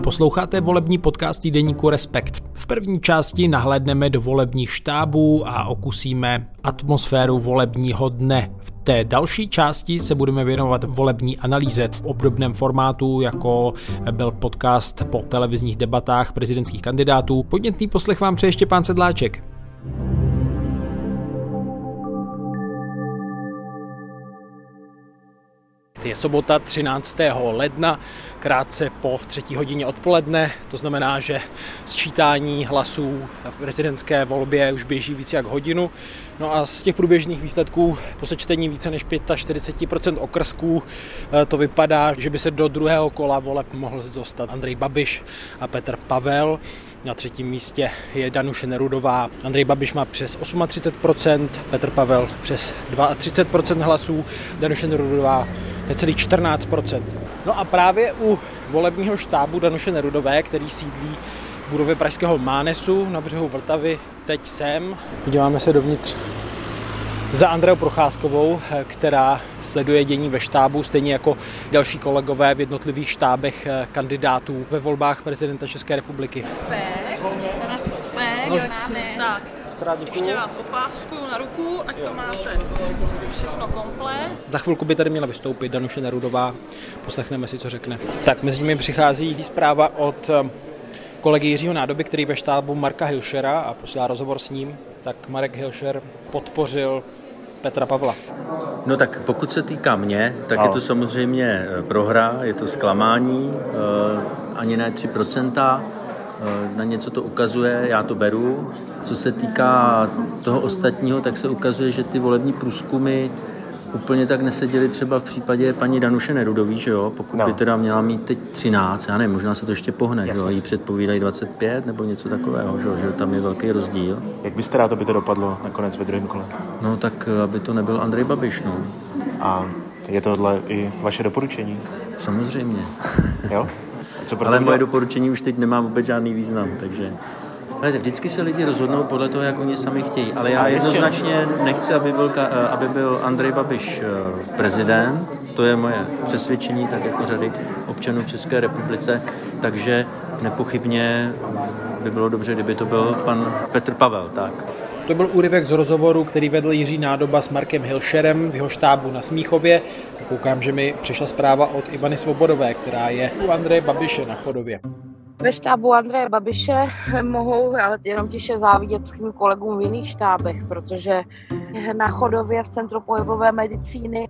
Posloucháte volební podcast týdeníku Respekt. V první části nahlédneme do volebních štábů a okusíme atmosféru volebního dne. V té další části se budeme věnovat volební analýze v obdobném formátu, jako byl podcast po televizních debatách prezidentských kandidátů. Podnětný poslech vám přeje Štěpán Sedláček. Je sobota 13. ledna, krátce po 3. hodině odpoledne, to znamená, že sčítání hlasů v prezidentské volbě už běží více jak hodinu. No a z těch průběžných výsledků po sečtení více než 45% okrsků to vypadá, že by se do druhého kola voleb mohl dostat Andrej Babiš a Petr Pavel. Na třetím místě je Danuše Nerudová. Andrej Babiš má přes 38%, Petr Pavel přes 32% hlasů, Danuše Nerudová necelých 14%. No a právě u volebního štábu Danuše Nerudové, který sídlí v budově pražského Mánesu na břehu Vltavy, teď jsem. Podíváme se dovnitř za Andreou Procházkovou, která sleduje dění ve štábu, stejně jako další kolegové v jednotlivých štábech kandidátů ve volbách prezidenta České republiky. Ještě vás opáskuju na ruku, ať to máte všechno komplet. Za chvilku by tady měla vystoupit Danuše Nerudová, poslechneme si, co řekne. Tak mezi nimi přichází zpráva od kolegy Jiřího Nádoby, který ve štábu Marka Hilšera a posílá rozhovor s ním. Tak Marek Hilšer podpořil Petra Pavla. No tak pokud se týká mě, tak je to samozřejmě prohra, je to zklamání, ani ne 3%. Na něco to ukazuje, já to beru. Co se týká toho ostatního, tak se ukazuje, že ty volební průzkumy úplně tak neseděly třeba v případě paní Danuše Nerudový, že jo? Pokud by teda měla mít teď 13, já nevím, možná se to ještě pohne, že jo? Jí předpovídají 25 nebo něco takového, že tam je velký rozdíl. Jak byste rád, aby to dopadlo nakonec ve druhém kole? No tak, aby to nebyl Andrej Babiš, no. A je tohle i vaše doporučení? Samozřejmě. Jo? Ale moje doporučení už teď nemá vůbec žádný význam, takže... Ale vždycky se lidi rozhodnou podle toho, jak oni sami chtějí, ale já jednoznačně nechci, aby byl Andrej Babiš prezident, to je moje přesvědčení, tak jako řady občanů v České republice, takže nepochybně by bylo dobře, kdyby to byl pan Petr Pavel, tak. To byl úryvek z rozhovoru, který vedl Jiří Nádoba s Markem Hilšerem v jeho štábu na Smíchově. Koukám, že mi přišla zpráva od Ivany Svobodové, která je u Andreje Babiše na Chodově. Ve štábu Andreje Babiše mohou ale jenom tiše závidět svým kolegům v jiných štábech, protože na Chodově v Centru pohybové medicíny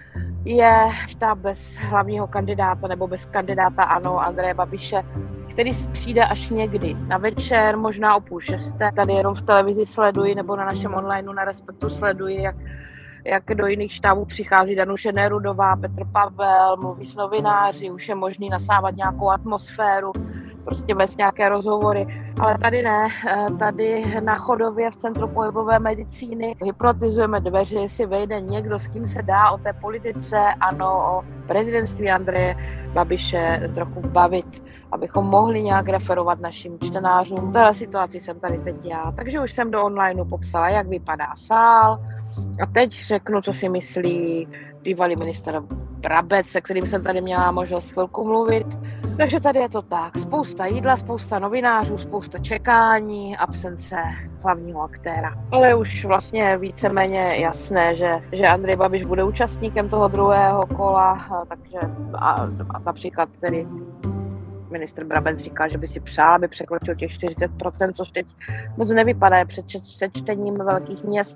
je štáb bez hlavního kandidáta nebo bez kandidáta ANO Andreje Babiše, který přijde až někdy na večer, možná o 5:30. Tady jenom v televizi sleduji nebo na našem onlineu na Respektu sleduji, jak do jiných štábů přichází Danuše Nerudová, Petr Pavel, mluví s novináři, už je možný nasávat nějakou atmosféru, prostě vést nějaké rozhovory, ale tady ne, tady na Chodově v Centru pohybové medicíny hypnotizujeme dveře, jestli vejde někdo, s kým se dá o té politice, ano, o prezidentství Andreje Babiše trochu bavit, abychom mohli nějak referovat našim čtenářům. V téhle situaci jsem tady teď já, takže už jsem do onlineu popsala, jak vypadá sál a teď řeknu, co si myslí bývalý ministr Brabec, se kterým jsem tady měla možnost chvilku mluvit. Takže tady je to tak, spousta jídla, spousta novinářů, spousta čekání, absence hlavního aktéra. Ale už vlastně víceméně jasné, že Andrej Babiš bude účastníkem toho druhého kola, takže a například tedy ministr Brabec říkal, že by si přál, aby překročil těch 40%, což teď moc nevypadá před čtením velkých měst.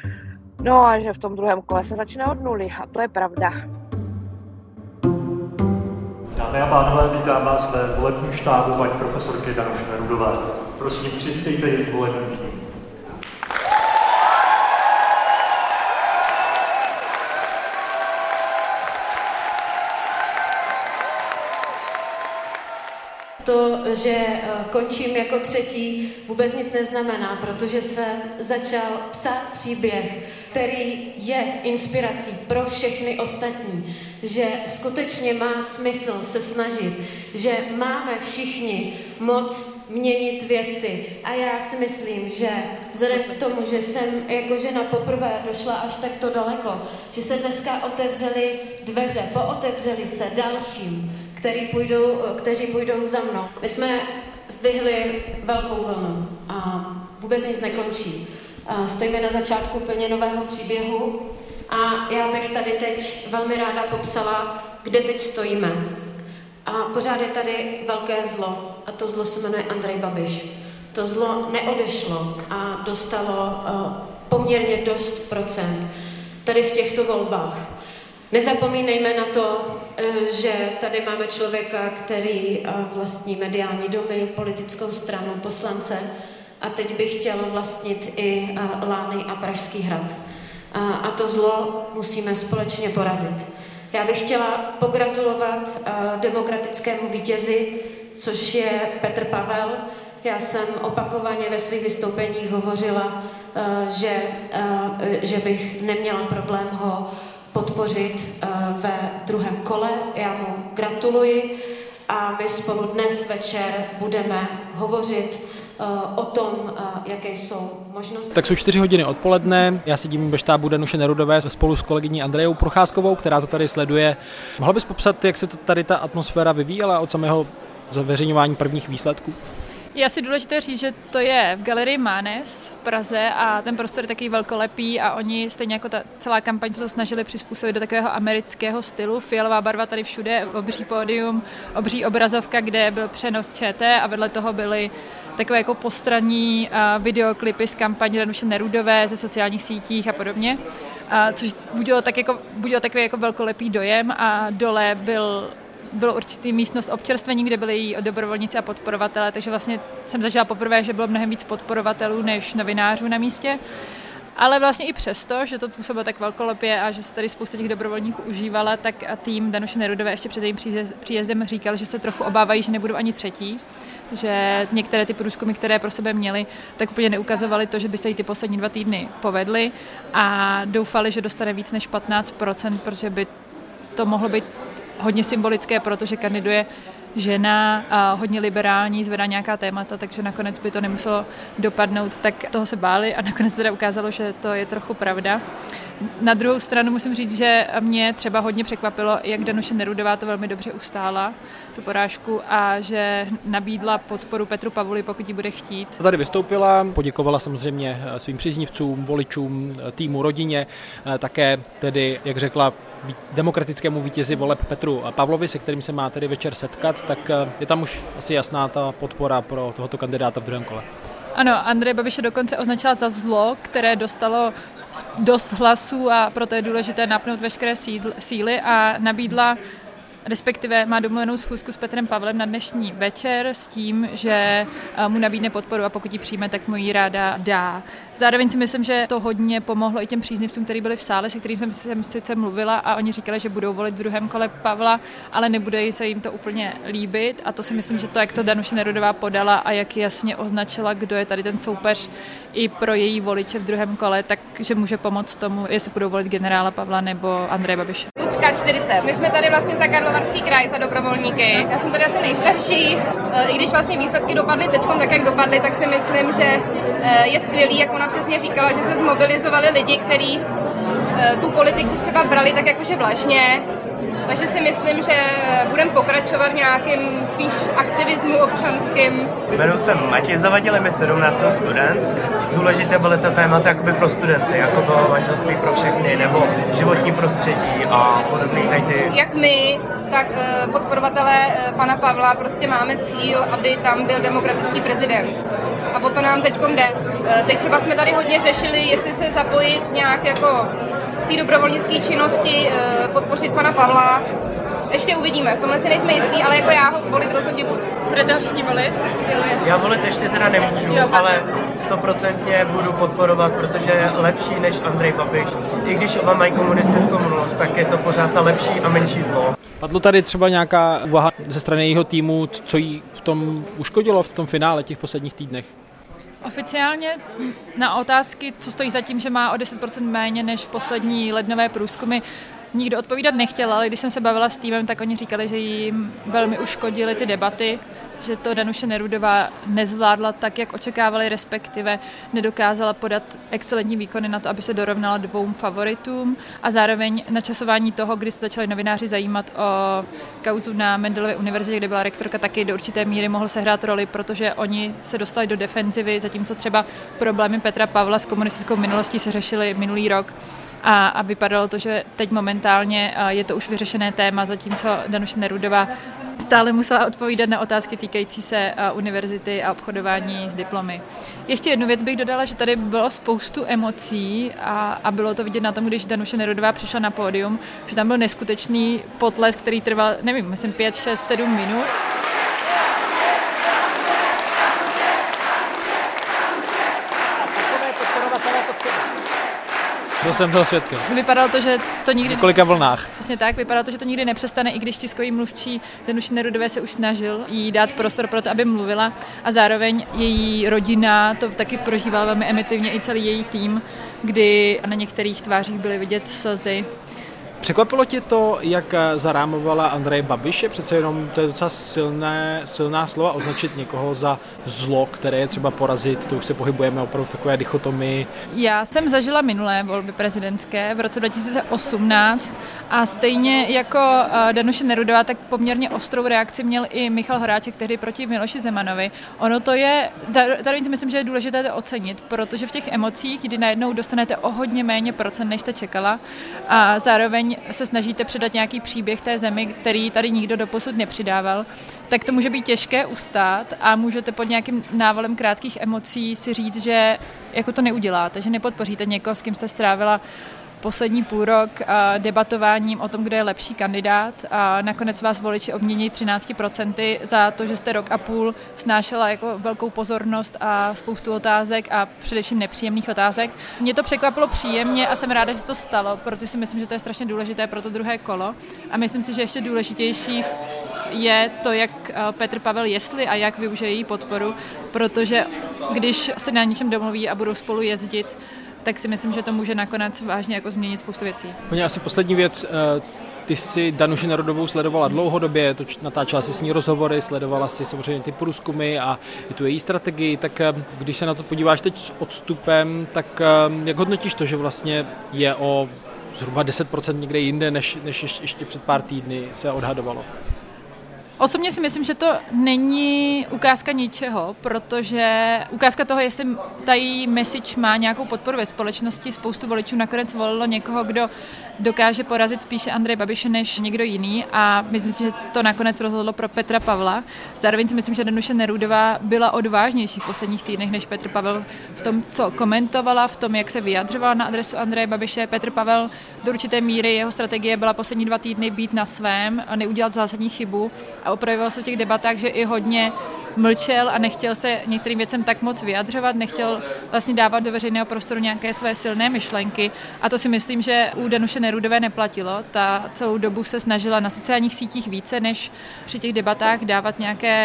No a že v tom druhém kole se začne od nuly a to je pravda. Dámy a pánové, vítám vás ve volebním štábu paní profesorky Danuše Nerudové. Prosím, přivítejte jejich volební tým. To, že končím jako třetí, vůbec nic neznamená, protože se začal psát příběh, který je inspirací pro všechny ostatní, že skutečně má smysl se snažit, že máme všichni moc měnit věci. A já si myslím, že vzhledem k tomu, že jsem jako žena poprvé došla až takto daleko, že se dneska otevřely dveře, pootevřely se dalším, kteří půjdou za mnou. My jsme zdvihli velkou vlnu a vůbec nic nekončí. Stojíme na začátku úplně nového příběhu a já bych tady teď velmi ráda popsala, kde teď stojíme. A pořád je tady velké zlo a to zlo se jmenuje Andrej Babiš. To zlo neodešlo a dostalo poměrně dost procent tady v těchto volbách. Nezapomínejme na to, že tady máme člověka, který vlastní mediální domy, politickou stranu, poslance a teď bych chtěl vlastnit i Lány a Pražský hrad. A to zlo musíme společně porazit. Já bych chtěla pogratulovat demokratickému vítězi, což je Petr Pavel. Já jsem opakovaně ve svých vystoupeních hovořila, že bych neměla problém ho podpořit ve druhém kole. Já mu gratuluji a my spolu dnes večer budeme hovořit o tom, jaké jsou možnosti. Tak jsou 4 hodiny odpoledne, já sedím ve štábu Danuše Nerudové spolu s kolegyní Andrejou Procházkovou, která to tady sleduje. Mohla bys popsat, jak se to tady ta atmosféra vyvíjela od samého zveřejňování prvních výsledků? Je asi důležité říct, že to je v galerii Mánes v Praze a ten prostor je takový velkolepý a oni stejně jako ta celá kampaň se to snažili přizpůsobit do takového amerického stylu. Fialová barva tady všude, obří pódium, obří obrazovka, kde byl přenos ČT a vedle toho byly takové jako postranní videoklipy z kampaně Danuše Nerudové ze sociálních sítích a podobně, což budilo takový jako velkolepý dojem a dole bylo určitý místnost občerstvení, kde byli její dobrovolníci a podporovatelé, takže vlastně jsem zažila poprvé, že bylo mnohem víc podporovatelů než novinářů na místě. Ale vlastně i přesto, že to působilo tak velkolepě a že se tady spousta těch dobrovolníků užívala, tak a tým Danuše Nerudové ještě před jejím příjezdem říkal, že se trochu obávají, že nebudou ani třetí, že některé ty průzkumy, které pro sebe měli, tak úplně neukazovaly to, že by se jí ty poslední 2 týdny povedly a doufali, že dostane víc než 15%, protože by to mohlo být hodně symbolické, protože kandiduje žena, hodně liberální, zvedá nějaká témata, takže nakonec by to nemuselo dopadnout, tak toho se báli a nakonec teda ukázalo, že to je trochu pravda. Na druhou stranu musím říct, že mě třeba hodně překvapilo, jak Danuše Nerudová to velmi dobře ustála, tu porážku, a že nabídla podporu Petru Pavlovi, pokud ji bude chtít. Tady vystoupila, poděkovala samozřejmě svým příznivcům, voličům, týmu, rodině, také tedy, jak řekla, demokratickému vítězi voleb Petru Pavlovi, se kterým se má tedy večer setkat, tak je tam už asi jasná ta podpora pro tohoto kandidáta v druhém kole. Ano, Andreje Babiše dokonce označila za zlo, které dostalo dost hlasů a proto je důležité napnout veškeré síly a nabídla, respektive má domluvenou schůzku s Petrem Pavlem na dnešní večer s tím, že mu nabídne podporu a pokud ji přijme, tak mu ji ráda dá. Zároveň si myslím, že to hodně pomohlo i těm příznivcům, kteří byli v sále, se kterým jsem sice mluvila a oni říkali, že budou volit v druhém kole Pavla, ale nebude se jim to úplně líbit a to si myslím, že to, jak to Danuše Nerudová podala a jak jasně označila, kdo je tady ten soupeř i pro její voliče v druhém kole, takže může pomoct tomu, jestli budou volit generála Pavla nebo Andreje Babiše. Lucka 40. My jsme tady vlastně za Karlovarský kraj, za dobrovolníky. Já jsem tady asi nejstarší. I když vlastně výsledky dopadly teďkom tak, jak dopadly, tak si myslím, že je skvělý, jak ona přesně říkala, že se zmobilizovali lidi, kteří tu politiku třeba brali tak jakože vlažně. Takže si myslím, že budeme pokračovat v nějakým spíš aktivismu občanským. Jmenuji se Matěj Zavadil, mi 17 student. Důležité byly ta témata jakoby pro studenty, jako bylo manželství pro všechny, nebo životní prostředí a podobné ty. Jak my, tak podporovatelé pana Pavla prostě máme cíl, aby tam byl demokratický prezident. A o to nám teďkom jde. Teď třeba jsme tady hodně řešili, jestli se zapojit nějak jako té dobrovolnické činnosti, podpořit pana Pavla. Ještě uvidíme, v tomhle si nejsme jistí, ale jako já ho volit rozhodně budu. Budete ho všichni volit? Jo, jasně. Já volit ještě teda nemůžu, ale 100% budu podporovat, protože je lepší než Andrej Babiš. I když oba mají komunistickou minulost, tak je to pořád ta lepší a menší zlo. Padlo tady třeba nějaká úvaha ze strany jejího týmu, co jí v tom uškodilo v tom finále těch posledních týdnech? Oficiálně na otázky, co stojí za tím, že má o 10% méně než v poslední lednové průzkumy, nikdo odpovídat nechtěl, ale když jsem se bavila s týmem, tak oni říkali, že jim velmi uškodily ty debaty, že to Danuše Nerudová nezvládla tak, jak očekávali, respektive nedokázala podat excelentní výkony na to, aby se dorovnala 2 favoritům a zároveň načasování toho, kdy se začali novináři zajímat o kauzu na Mendelově univerzitě, kde byla rektorka, taky do určité míry mohl sehrát roli, protože oni se dostali do defenzivy, zatímco třeba problémy Petra Pavla s komunistickou minulostí se řešily minulý rok. A vypadalo to, že teď momentálně je to už vyřešené téma, zatímco Danuše Nerudová stále musela odpovídat na otázky týkající se univerzity a obchodování s diplomy. Ještě jednu věc bych dodala, že tady bylo spoustu emocí a bylo to vidět na tom, když Danuše Nerudová přišla na pódium, že tam byl neskutečný potlesk, který trval, nevím, myslím 5, 6, 7 minut. Byl jsem toho svědkem. Vypadalo to, že to nikdy několika vlnách. Přesně tak, vypadalo to, že to nikdy nepřestane, i když tiskový mluvčí Danuše Nerudové se už snažil jí dát prostor pro to, aby mluvila a zároveň její rodina to taky prožívala velmi emotivně i celý její tým, kdy na některých tvářích byly vidět slzy. Překvapilo tě to, jak zarámovala Andreje Babiše? Přece jenom to je docela silná slova označit někoho za zlo, které je třeba porazit. To už se pohybujeme opravdu v takové dichotomii. Já jsem zažila minulé volby prezidentské v roce 2018 a stejně jako Danuše Nerudová, tak poměrně ostrou reakci měl i Michal Horáček tehdy proti Miloši Zemanovi. Ono to je, tady si myslím, že je důležité to ocenit, protože v těch emocích, kdy najednou dostanete o hodně méně procent, než jste čekala a zároveň se snažíte předat nějaký příběh té zemi, který tady nikdo doposud nepřidával, tak to může být těžké ustát a můžete pod nějakým návalem krátkých emocí si říct, že jako to neuděláte, že nepodpoříte někoho, s kým jste strávila poslední půlrok debatováním o tom, kdo je lepší kandidát a nakonec vás voliči obmění 13% za to, že jste rok a půl snášela jako velkou pozornost a spoustu otázek a především nepříjemných otázek. Mě to překvapilo příjemně a jsem ráda, že se to stalo, protože si myslím, že to je strašně důležité pro to druhé kolo a myslím si, že ještě důležitější je to, jak Petr Pavel jestli a jak využije její podporu, protože když se na něčem domluví a budou spolu jezdit, tak si myslím, že to může nakonec vážně jako změnit spoustu věcí. Úplně asi poslední věc, ty jsi Danuši Nerudovou sledovala dlouhodobě, natáčela si s ní rozhovory, sledovala si samozřejmě ty průzkumy a i tu její strategii, tak když se na to podíváš teď s odstupem, tak jak hodnotíš to, že vlastně je o zhruba 10% někde jinde, než ještě před pár týdny se odhadovalo? Osobně si myslím, že to není ukázka ničeho, protože ukázka toho, jestli ta její message má nějakou podporu ve společnosti, spoustu voličů nakonec volilo někoho, kdo dokáže porazit spíše Andreje Babiše než někdo jiný a myslím si, že to nakonec rozhodlo pro Petra Pavla. Zároveň si myslím, že Danuše Nerudová byla odvážnější v posledních týdnech než Petr Pavel v tom, co komentovala, v tom, jak se vyjadřovala na adresu Andreje Babiše. Petr Pavel do určité míry, jeho strategie byla poslední 2 týdny být na svém a neudělat zásadní chybu a opravil se v těch debatách, že i hodně mlčel a nechtěl se některým věcem tak moc vyjadřovat, nechtěl vlastně dávat do veřejného prostoru nějaké své silné myšlenky a to si myslím, že u Danuše Nerudové neplatilo. Ta celou dobu se snažila na sociálních sítích více, než při těch debatách dávat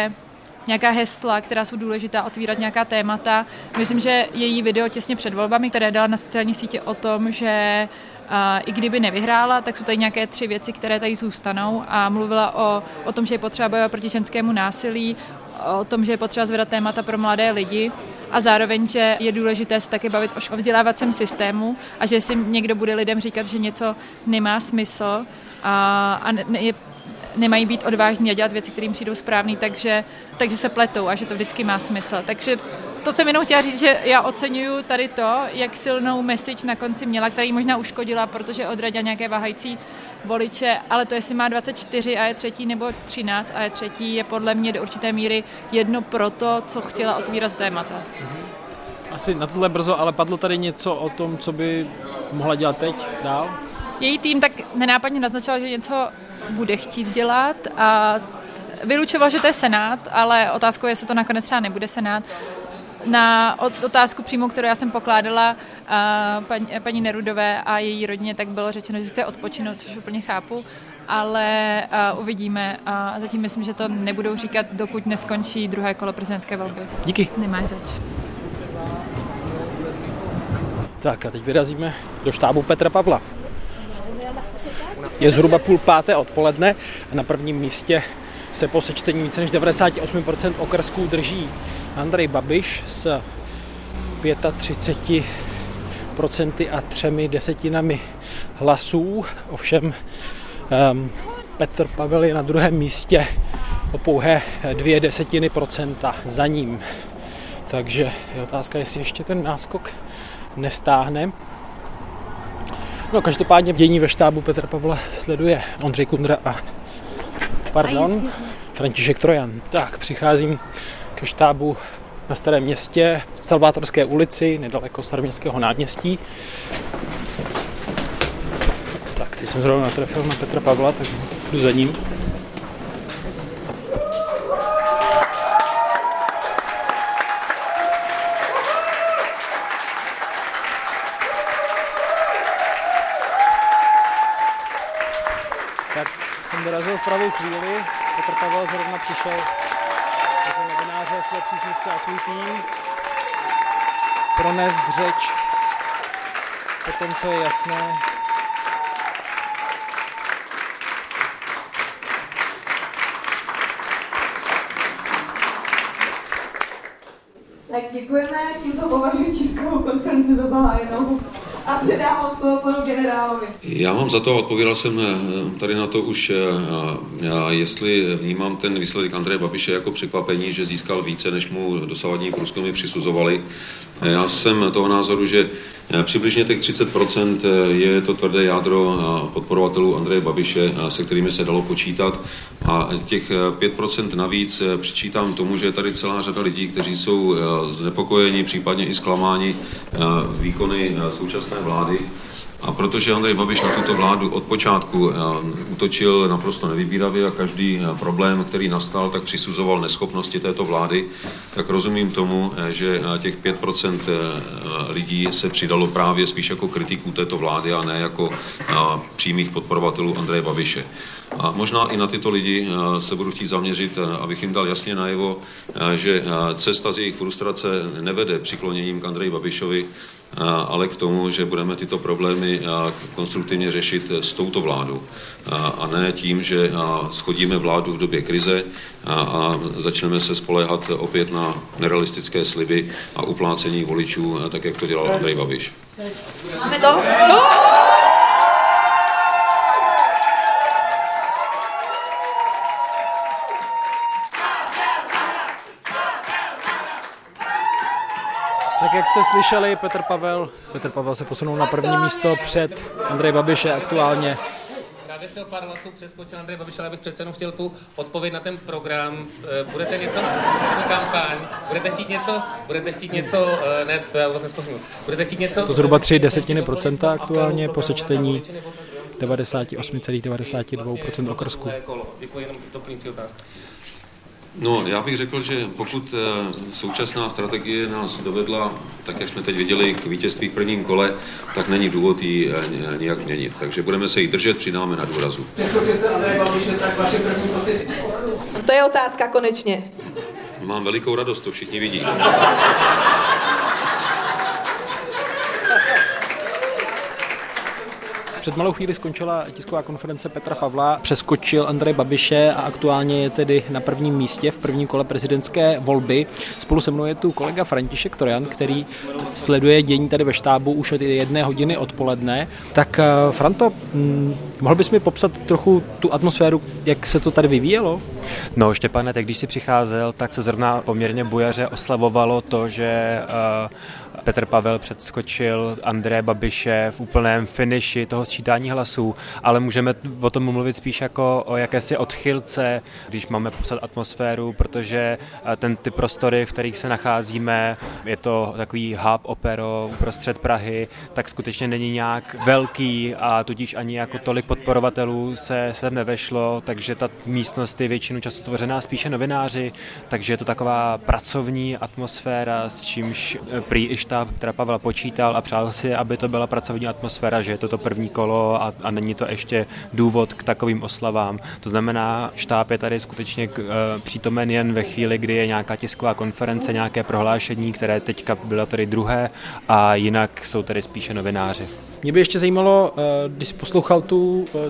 nějaká hesla, která jsou důležitá, otvírat nějaká témata. Myslím, že její video těsně před volbami, které dala na sociální sítě o tom, že i kdyby nevyhrála, tak jsou tady nějaké 3 věci, které tady zůstanou a mluvila o tom, že je potřeba bojovat proti ženskému násilí, o tom, že je potřeba zvedat témata pro mladé lidi a zároveň, že je důležité se také bavit o vzdělávacím systému a že si někdo bude lidem říkat, že něco nemá smysl a nemají být odvážní a dělat věci, kterým přijdou správný, takže se pletou a že to vždycky má smysl. Takže to jsem jenom chtěla říct, že já oceňuju tady to, jak silnou message na konci měla, která jí možná uškodila, protože odradila nějaké váhající voliče, ale to, jestli má 24 a je 3. nebo 13 a je 3. je podle mě do určité míry jedno pro to, co chtěla otvírat témata. Asi na tohle brzo, ale padlo tady něco o tom, co by mohla dělat teď dál? Její tým tak nenápadně naznačoval, že něco bude chtít dělat a vylučoval, že to je Senát, ale otázkou je, jestli to nakonec třeba nebude Senát. Na otázku přímo, kterou já jsem pokládala paní Nerudové a její rodině, tak bylo řečeno, že jste odpočinout, což úplně chápu, ale uvidíme a zatím myslím, že to nebudou říkat, dokud neskončí druhé kolo prezidentské volby. Díky. Nemáš zač. Tak a teď vyrazíme do štábu Petra Pavla. Je zhruba 4:30 odpoledne a na prvním místě se po sečtení více než 98% okrsků drží Andrej Babiš s 35% a 3/10 hlasů. Ovšem Petr Pavel je na druhém místě o pouhé 0,2% za ním. Takže je otázka, jestli ještě ten náskok nestáhne. No každopádně dění ve štábu Petra Pavla sleduje Ondřej Kundra a František Trojan. Tak, přicházím ke štábu na Starém Městě, v Salvátorské ulici, nedaleko Staroměstského náměstí. Tak, teď jsem zrovna natrefil na Petra Pavla, tak jdu za ním. Tak jsem dorazil v pravou chvíli, Petr Pavel zrovna přišel mezi novináře, své příznivce a svůj tým pronést řeč po tom, co je jasné. Tak děkujeme, tímto považuji tiskovou konferenci za zahájenou a předávám slovo panu generálovi. Já mám za to, odpovídal jsem tady na to už, jestli vnímám ten výsledek Andreje Babiše jako překvapení, že získal více, než mu dosavadní průzkumy přisuzovali. Já jsem toho názoru, že přibližně těch 30% je to tvrdé jádro podporovatelů Andreje Babiše, se kterými se dalo počítat. A těch 5% navíc přičítám tomu, že je tady celá řada lidí, kteří jsou znepokojeni, případně i zklamáni výkony současné vlády. A protože Andrej Babiš na tuto vládu od počátku útočil naprosto nevybíravě a každý problém, který nastal, tak přisuzoval neschopnosti této vlády, tak rozumím tomu, že těch 5% lidí se přidalo právě spíš jako kritiků této vlády a ne jako přímých podporovatelů Andreje Babiše. A možná i na tyto lidi se budu chtít zaměřit, abych jim dal jasně najevo, že cesta z jejich frustrace nevede přikloněním k Andreji Babišovi, ale k tomu, že budeme tyto problémy konstruktivně řešit s touto vládou. A ne tím, že shodíme vládu v době krize a začneme se spoléhat opět na nerealistické sliby a uplácení voličů, tak jak to dělal Andrej Babiš. Máme to? Tak jak jste slyšeli, Petr Pavel se posunul na první místo před Andrej Babiše aktuálně. Právě jste o pár hlasů přeskočil Andrej Babiš, ale abych přece jenom chtěl tu odpověď na ten program. Budete něco na tu kampaň? Budete chtít něco, ne, to já vůbec nespochybnuju. Budete chtít něco... To zhruba 0,3% aktuálně po sečtení 98,92% okrsků. Děkuji, jenom doplňující otázka. No, já bych řekl, že pokud současná strategie nás dovedla, tak jak jsme teď viděli, k vítězství v prvním kole, tak není důvod ji nijak měnit. Takže budeme se jí držet, přidáme na důrazu. To je otázka konečně. Mám velikou radost, to všichni vidí. Před malou chvíli skončila tisková konference Petra Pavla, přeskočil Andreje Babiše a aktuálně je tedy na prvním místě v prvním kole prezidentské volby. Spolu se mnou je tu kolega František Trojan, který sleduje dění tady ve štábu už od 1 hodiny odpoledne. Tak Franto, mohl bys mi popsat trochu tu atmosféru, jak se to tady vyvíjelo? No Štěpane, tak když jsi přicházel, tak se zrovna poměrně bujaře oslavovalo to, že Petr Pavel předskočil Andreje Babiše v úplném finiši toho sčítání hlasů, ale můžeme o tom mluvit spíš jako o jakési odchylce, když máme popsat atmosféru, protože ty prostory, v kterých se nacházíme, je to takový hub opero uprostřed Prahy, tak skutečně není nějak velký a tudíž ani jako tolik podporovatelů se sem nevešlo, takže ta místnost je většinu času tvořená spíše novináři, takže je to taková pracovní atmosféra, s čímž prý i štáb Petra Pavla počítal a přál si, aby to byla pracovní atmosféra, že je to první kolo a není to ještě důvod k takovým oslavám. To znamená, štáb je tady skutečně přítomen jen ve chvíli, kdy je nějaká tisková konference, nějaké prohlášení, které teďka bylo tady druhé a jinak jsou tady spíše novináři. Mě by ještě zajímalo, když jsi poslouchal tu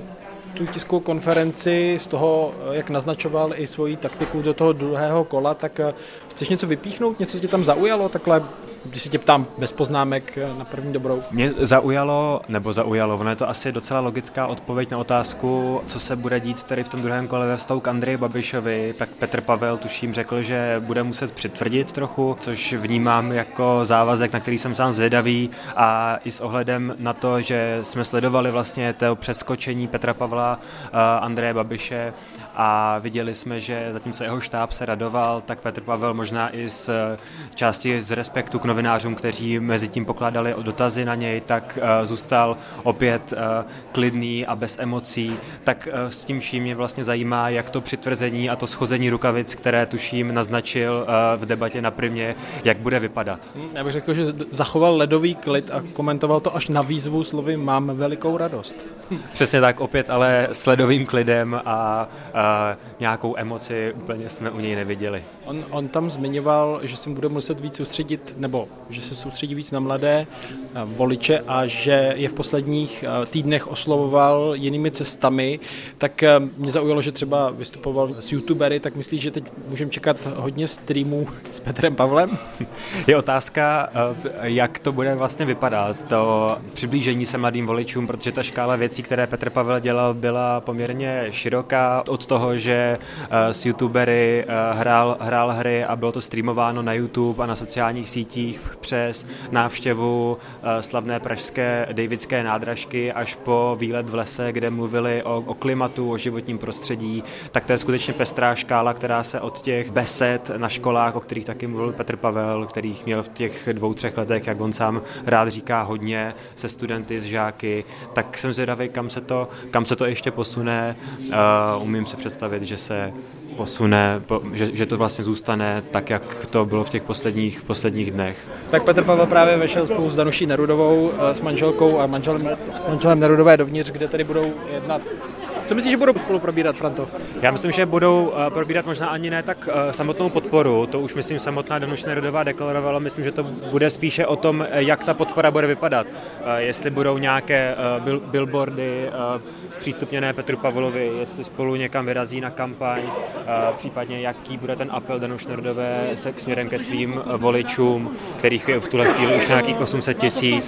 tu tiskovou konferenci z toho, jak naznačoval i svoji taktiku do toho druhého kola, tak chceš něco vypíchnout, něco tě tam zaujalo, takhle, když se tě ptám bez poznámek na první dobrou? Mě zaujalo, ono je to asi docela logická odpověď na otázku, co se bude dít tady v tom druhém kole ve vztahu k Andreji Babišovi, tak Petr Pavel tuším řekl, že bude muset přitvrdit trochu, což vnímám jako závazek, na který jsem sám zvědavý a i s ohledem na to, že jsme sledovali vlastně to přeskočení Petra Pavla, Andreje Babiše a viděli jsme, že zatímco jeho štáb se radoval, tak Petr Pavel možná i z části z respektu k novinářům, kteří mezi tím pokládali dotazy na něj, tak zůstal opět klidný a bez emocí. Tak s tím vším mě vlastně zajímá, jak to přitvrzení a to schození rukavic, které tuším naznačil v debatě na Primě, jak bude vypadat. Já bych řekl, že zachoval ledový klid a komentoval to až na výzvu slovy mám velikou radost. Přesně tak, opět ale s ledovým klidem a nějakou emoci úplně jsme u něj neviděli. On tam zmiňoval, že se bude muset víc soustředit, nebo že se soustředí víc na mladé voliče a že je v posledních týdnech oslovoval jinými cestami, tak mě zaujalo, že třeba vystupoval s youtubery, tak myslíš, že teď můžeme čekat hodně streamů s Petrem Pavlem? Je otázka, jak to bude vlastně vypadat, to přiblížení se mladým voličům, protože ta škála věcí, které Petr Pavel dělal, byla poměrně široká, od toho, že s youtubery hrál hry a bylo to streamováno na YouTube a na sociálních sítích přes návštěvu slavné pražské Davidské nádražky až po výlet v lese, kde mluvili o klimatu, o životním prostředí, tak to je skutečně pestrá škála, která se od těch besed na školách, o kterých taky mluvil Petr Pavel, kterých měl v těch 2-3 letech, jak on sám rád říká, hodně se studenty, s žáky, tak jsem zvědavý, kam se to ještě posune. Umím si představit, že se posune, že to vlastně zůstane tak, jak to bylo v těch posledních dnech. Tak Petr Pavel právě vešel spolu s Danuší Nerudovou, s manželkou a manželem Nerudové dovnitř, kde tady budou jednat. Co myslíš, že budou spolu probírat, Franto? Já myslím, že budou probírat možná ani ne tak samotnou podporu, to už myslím samotná Danuše Nerudová deklarovala, myslím, že to bude spíše o tom, jak ta podpora bude vypadat. Jestli budou nějaké billboardy zpřístupněné Petru Pavlovi, jestli spolu někam vyrazí na kampaň, případně jaký bude ten apel Danuše Nerudové směrem ke svým voličům, kterých je v tuhle chvíli už nějakých 800 000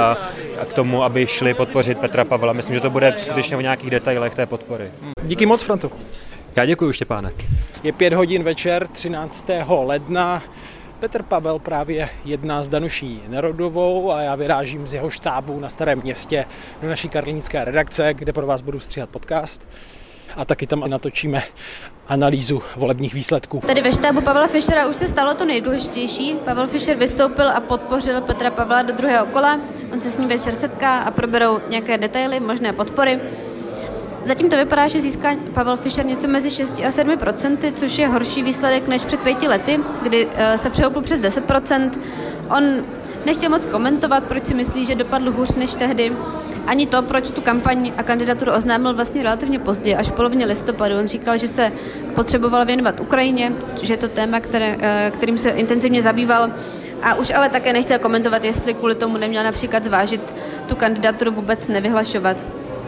k tomu, aby šli podpořit Petra Pavla. Myslím, že to bude skutečně o nějakých detailech té podpory. Díky moc, Franto. Já děkuji, Štěpáne. Je 5 hodin večer 13. ledna. Petr Pavel právě jedná s Danuší Nerudovou a já vyrážím z jeho štábu na Starém Městě do naší karlinické redakce, kde pro vás budu stříhat podcast. A taky tam natočíme analýzu volebních výsledků. Tady ve štábu Pavla Fischera už se stalo to nejdůležitější. Pavel Fischer vystoupil a podpořil Petra Pavla do druhého kola. On se s ním večer setká a proberou nějaké detaily, možné podpory. Zatím to vypadá, že získá Pavel Fischer něco mezi 6 a 7%, což je horší výsledek než před 5 lety, kdy se přehoupl přes 10%. On nechtěl moc komentovat, proč si myslí, že dopadl hůř než tehdy. Ani to, proč tu kampaň a kandidaturu oznámil vlastně relativně pozdě, až v polovině listopadu. On říkal, že se potřeboval věnovat Ukrajině, že je to téma, kterým se intenzivně zabýval. A už ale také nechtěl komentovat, jestli kvůli tomu neměl například zvážit tu kandidaturu vůbec nevyhlašovat.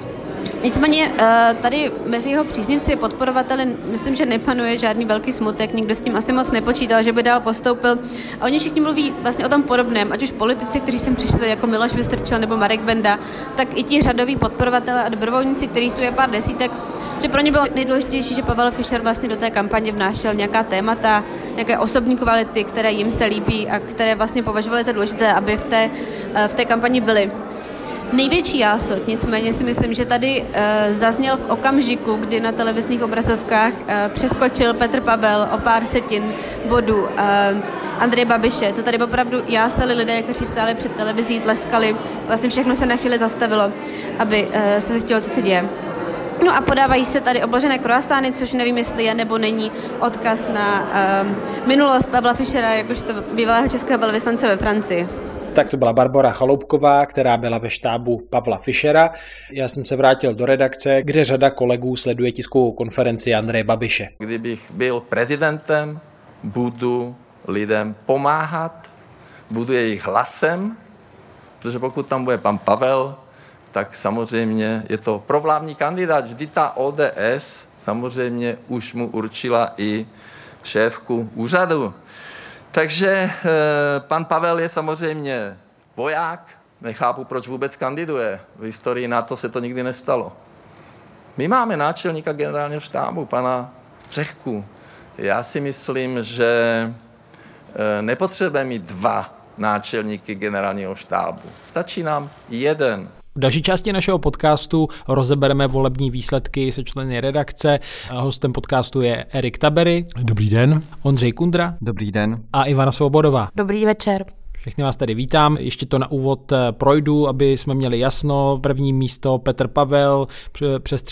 Nicméně tady mezi jeho příznivci a podporovateli myslím, že nepanuje žádný velký smutek, nikdo s tím asi moc nepočítal, že by dál postoupil. A oni všichni mluví vlastně o tom podobném, ať už politici, kteří sem přišli jako Miloš Vystrčil nebo Marek Benda, tak i ti řadoví podporovatelé a dobrovolníci, kterých tu je pár desítek, že pro ně bylo nejdůležitější, že Pavel Fischer vlastně do té kampaně vnášel nějaká témata, nějaké osobní kvality, které jim se líbí a které vlastně považovali za důležité, aby v té kampani byly. Největší jásot, nicméně si myslím, že tady zazněl v okamžiku, kdy na televizních obrazovkách přeskočil Petr Pavel o pár setin bodů Andreje Babiše. To tady opravdu jásali lidé, kteří stáli před televizí, tleskali. Vlastně všechno se na chvíli zastavilo, aby se zjistilo, co se děje. No a podávají se tady obložené croissány, což nevím, jestli je nebo není odkaz na minulost Pavla Fischera, jakožto bývalého českého velvyslance ve Francii. Tak to byla Barbora Chaloupková, která byla ve štábu Pavla Fischera. Já jsem se vrátil do redakce, kde řada kolegů sleduje tiskovou konferenci Andreje Babiše. Kdybych byl prezidentem, budu lidem pomáhat, budu jejich hlasem, protože pokud tam bude pan Pavel, tak samozřejmě je to provládní kandidát. Vždy ta ODS samozřejmě už mu určila i šéfku úřadu. Takže pan Pavel je samozřejmě voják. Nechápu, proč vůbec kandiduje. V historii NATO se to nikdy nestalo. My máme náčelníka generálního štábu, pana Řehku. Já si myslím, že nepotřebujeme mít 2 náčelníky generálního štábu. Stačí nám 1. V další části našeho podcastu rozebereme volební výsledky se členy redakce. Hostem podcastu je Erik Tabery. Dobrý den. Ondřej Kundra. Dobrý den. A Ivana Svobodová. Dobrý večer. Všechny vás tady vítám. Ještě to na úvod projdu, aby jsme měli jasno. První místo Petr Pavel přes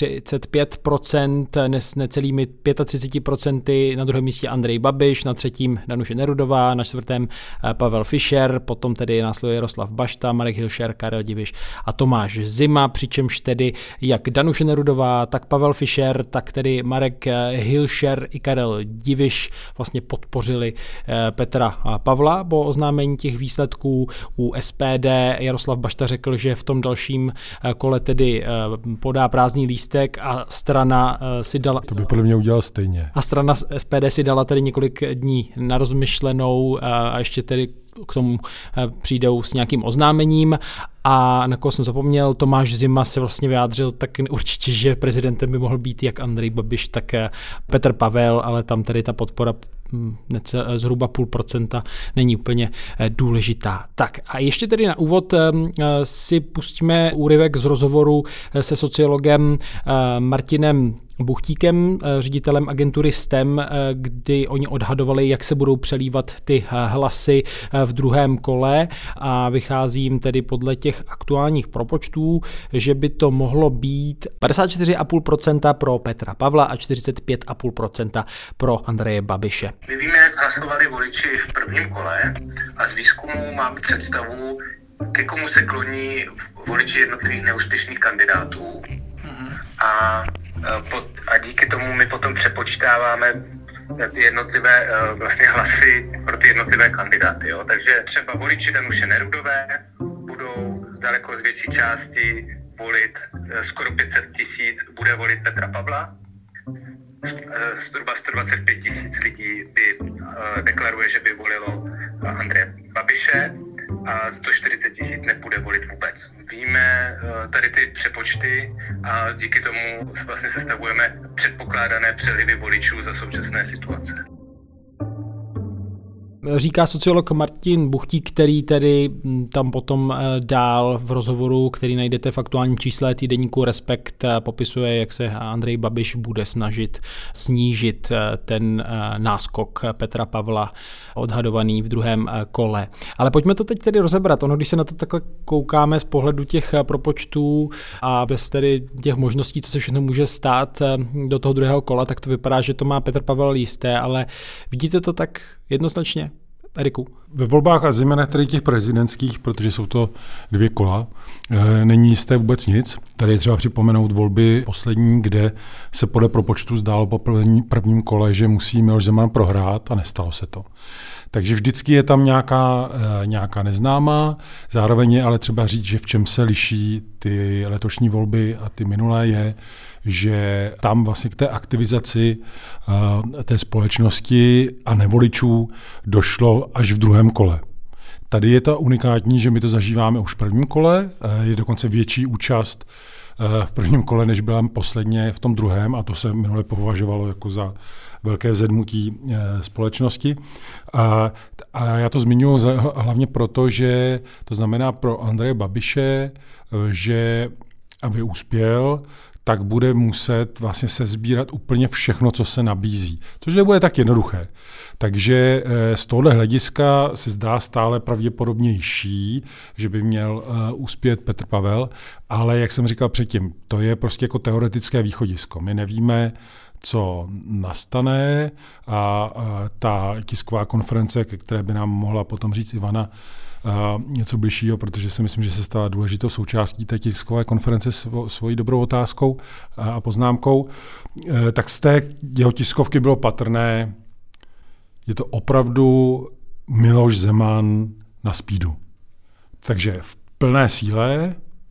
35%, necelými 35%. Na druhém místě Andrej Babiš, na třetím Danuše Nerudová, na čtvrtém Pavel Fischer, potom tedy následuje Jaroslav Bašta, Marek Hilšer, Karel Diviš a Tomáš Zima, přičemž tedy jak Danuše Nerudová, tak Pavel Fischer, tak tedy Marek Hilšer i Karel Diviš vlastně podpořili Petra Pavla po oznámení těch výsledků. U SPD Jaroslav Bašta řekl, že v tom dalším kole tedy podá prázdný lístek a strana si dala... To by podle mě udělal stejně. A strana SPD si dala tedy několik dní na rozmyšlenou a ještě tedy k tomu přijdou s nějakým oznámením. A na koho jsem zapomněl, Tomáš Zima se vlastně vyjádřil tak určitě, že prezidentem by mohl být jak Andrej Babiš, tak Petr Pavel, ale tam tedy ta podpora zhruba 0,5% není úplně důležitá. Tak a ještě tedy na úvod si pustíme úryvek z rozhovoru se sociologem Martinem Buchtíkem, ředitelem agentury STEM, kdy oni odhadovali, jak se budou přelívat ty hlasy v druhém kole a vycházím tedy podle těch aktuálních propočtů, že by to mohlo být 54,5% pro Petra Pavla a 45,5% pro Andreje Babiše. My víme, jak hlasovali voliči v prvním kole a z výzkumu mám představu, ke komu se kloní voliči jednotlivých neúspěšných kandidátů. A díky tomu my potom přepočítáváme ty jednotlivé vlastně hlasy pro ty jednotlivé kandidáty. Jo? Takže třeba voliči Danuše Nerudové budou z daleko z větší části volit, skoro 500 000 bude volit Petra Pavla, zhruba 125 000 lidí by deklaruje, že by volilo Andreje Babiše a 140 000 nebude volit vůbec. Víme tady ty přepočty a díky tomu vlastně sestavujeme předpokládané přelivy voličů za současné situace. Říká sociolog Martin Buchtík, který tedy tam potom dál v rozhovoru, který najdete v aktuálním čísle týdeníku Respekt, popisuje, jak se Andrej Babiš bude snažit snížit ten náskok Petra Pavla odhadovaný v druhém kole. Ale pojďme to teď tedy rozebrat. Ono, když se na to takhle koukáme z pohledu těch propočtů a bez tedy těch možností, co se všechno může stát do toho druhého kola, tak to vypadá, že to má Petr Pavel jisté, ale vidíte to tak jednoznačně? Eriku. Ve volbách a zejména tady těch prezidentských, protože jsou to 2 kola, není jisté vůbec nic. Tady je třeba připomenout volby poslední, kde se podle propočtu zdálo po prvním kole, že musí Miloš Zeman prohrát a nestalo se to. Takže vždycky je tam nějaká neznámá, zároveň je ale třeba říct, že v čem se liší ty letošní volby a ty minulé je, že tam vlastně k té aktivizaci té společnosti a nevoličů došlo až v druhém kole. Tady je to unikátní, že my to zažíváme už v prvním kole, je dokonce větší účast v prvním kole, než byla posledně v tom druhém, a to se minule považovalo jako za velké zedmutí společnosti. A já to zmiňuji hlavně proto, že to znamená pro Andreje Babiše, že aby uspěl, tak bude muset vlastně sesbírat úplně všechno, co se nabízí. Což nebude tak jednoduché. Takže z tohohle hlediska se zdá stále pravděpodobnější, že by měl uspět Petr Pavel, ale jak jsem říkal předtím, to je prostě jako teoretické východisko. My nevíme, co nastane a ta tisková konference, ke které by nám mohla potom říct Ivana něco bližšího, protože si myslím, že se stala důležitou součástí té tiskové konference svojí dobrou otázkou a poznámkou, tak z té jeho tiskovky bylo patrné, je to opravdu Miloš Zeman na speedu. Takže v plné síle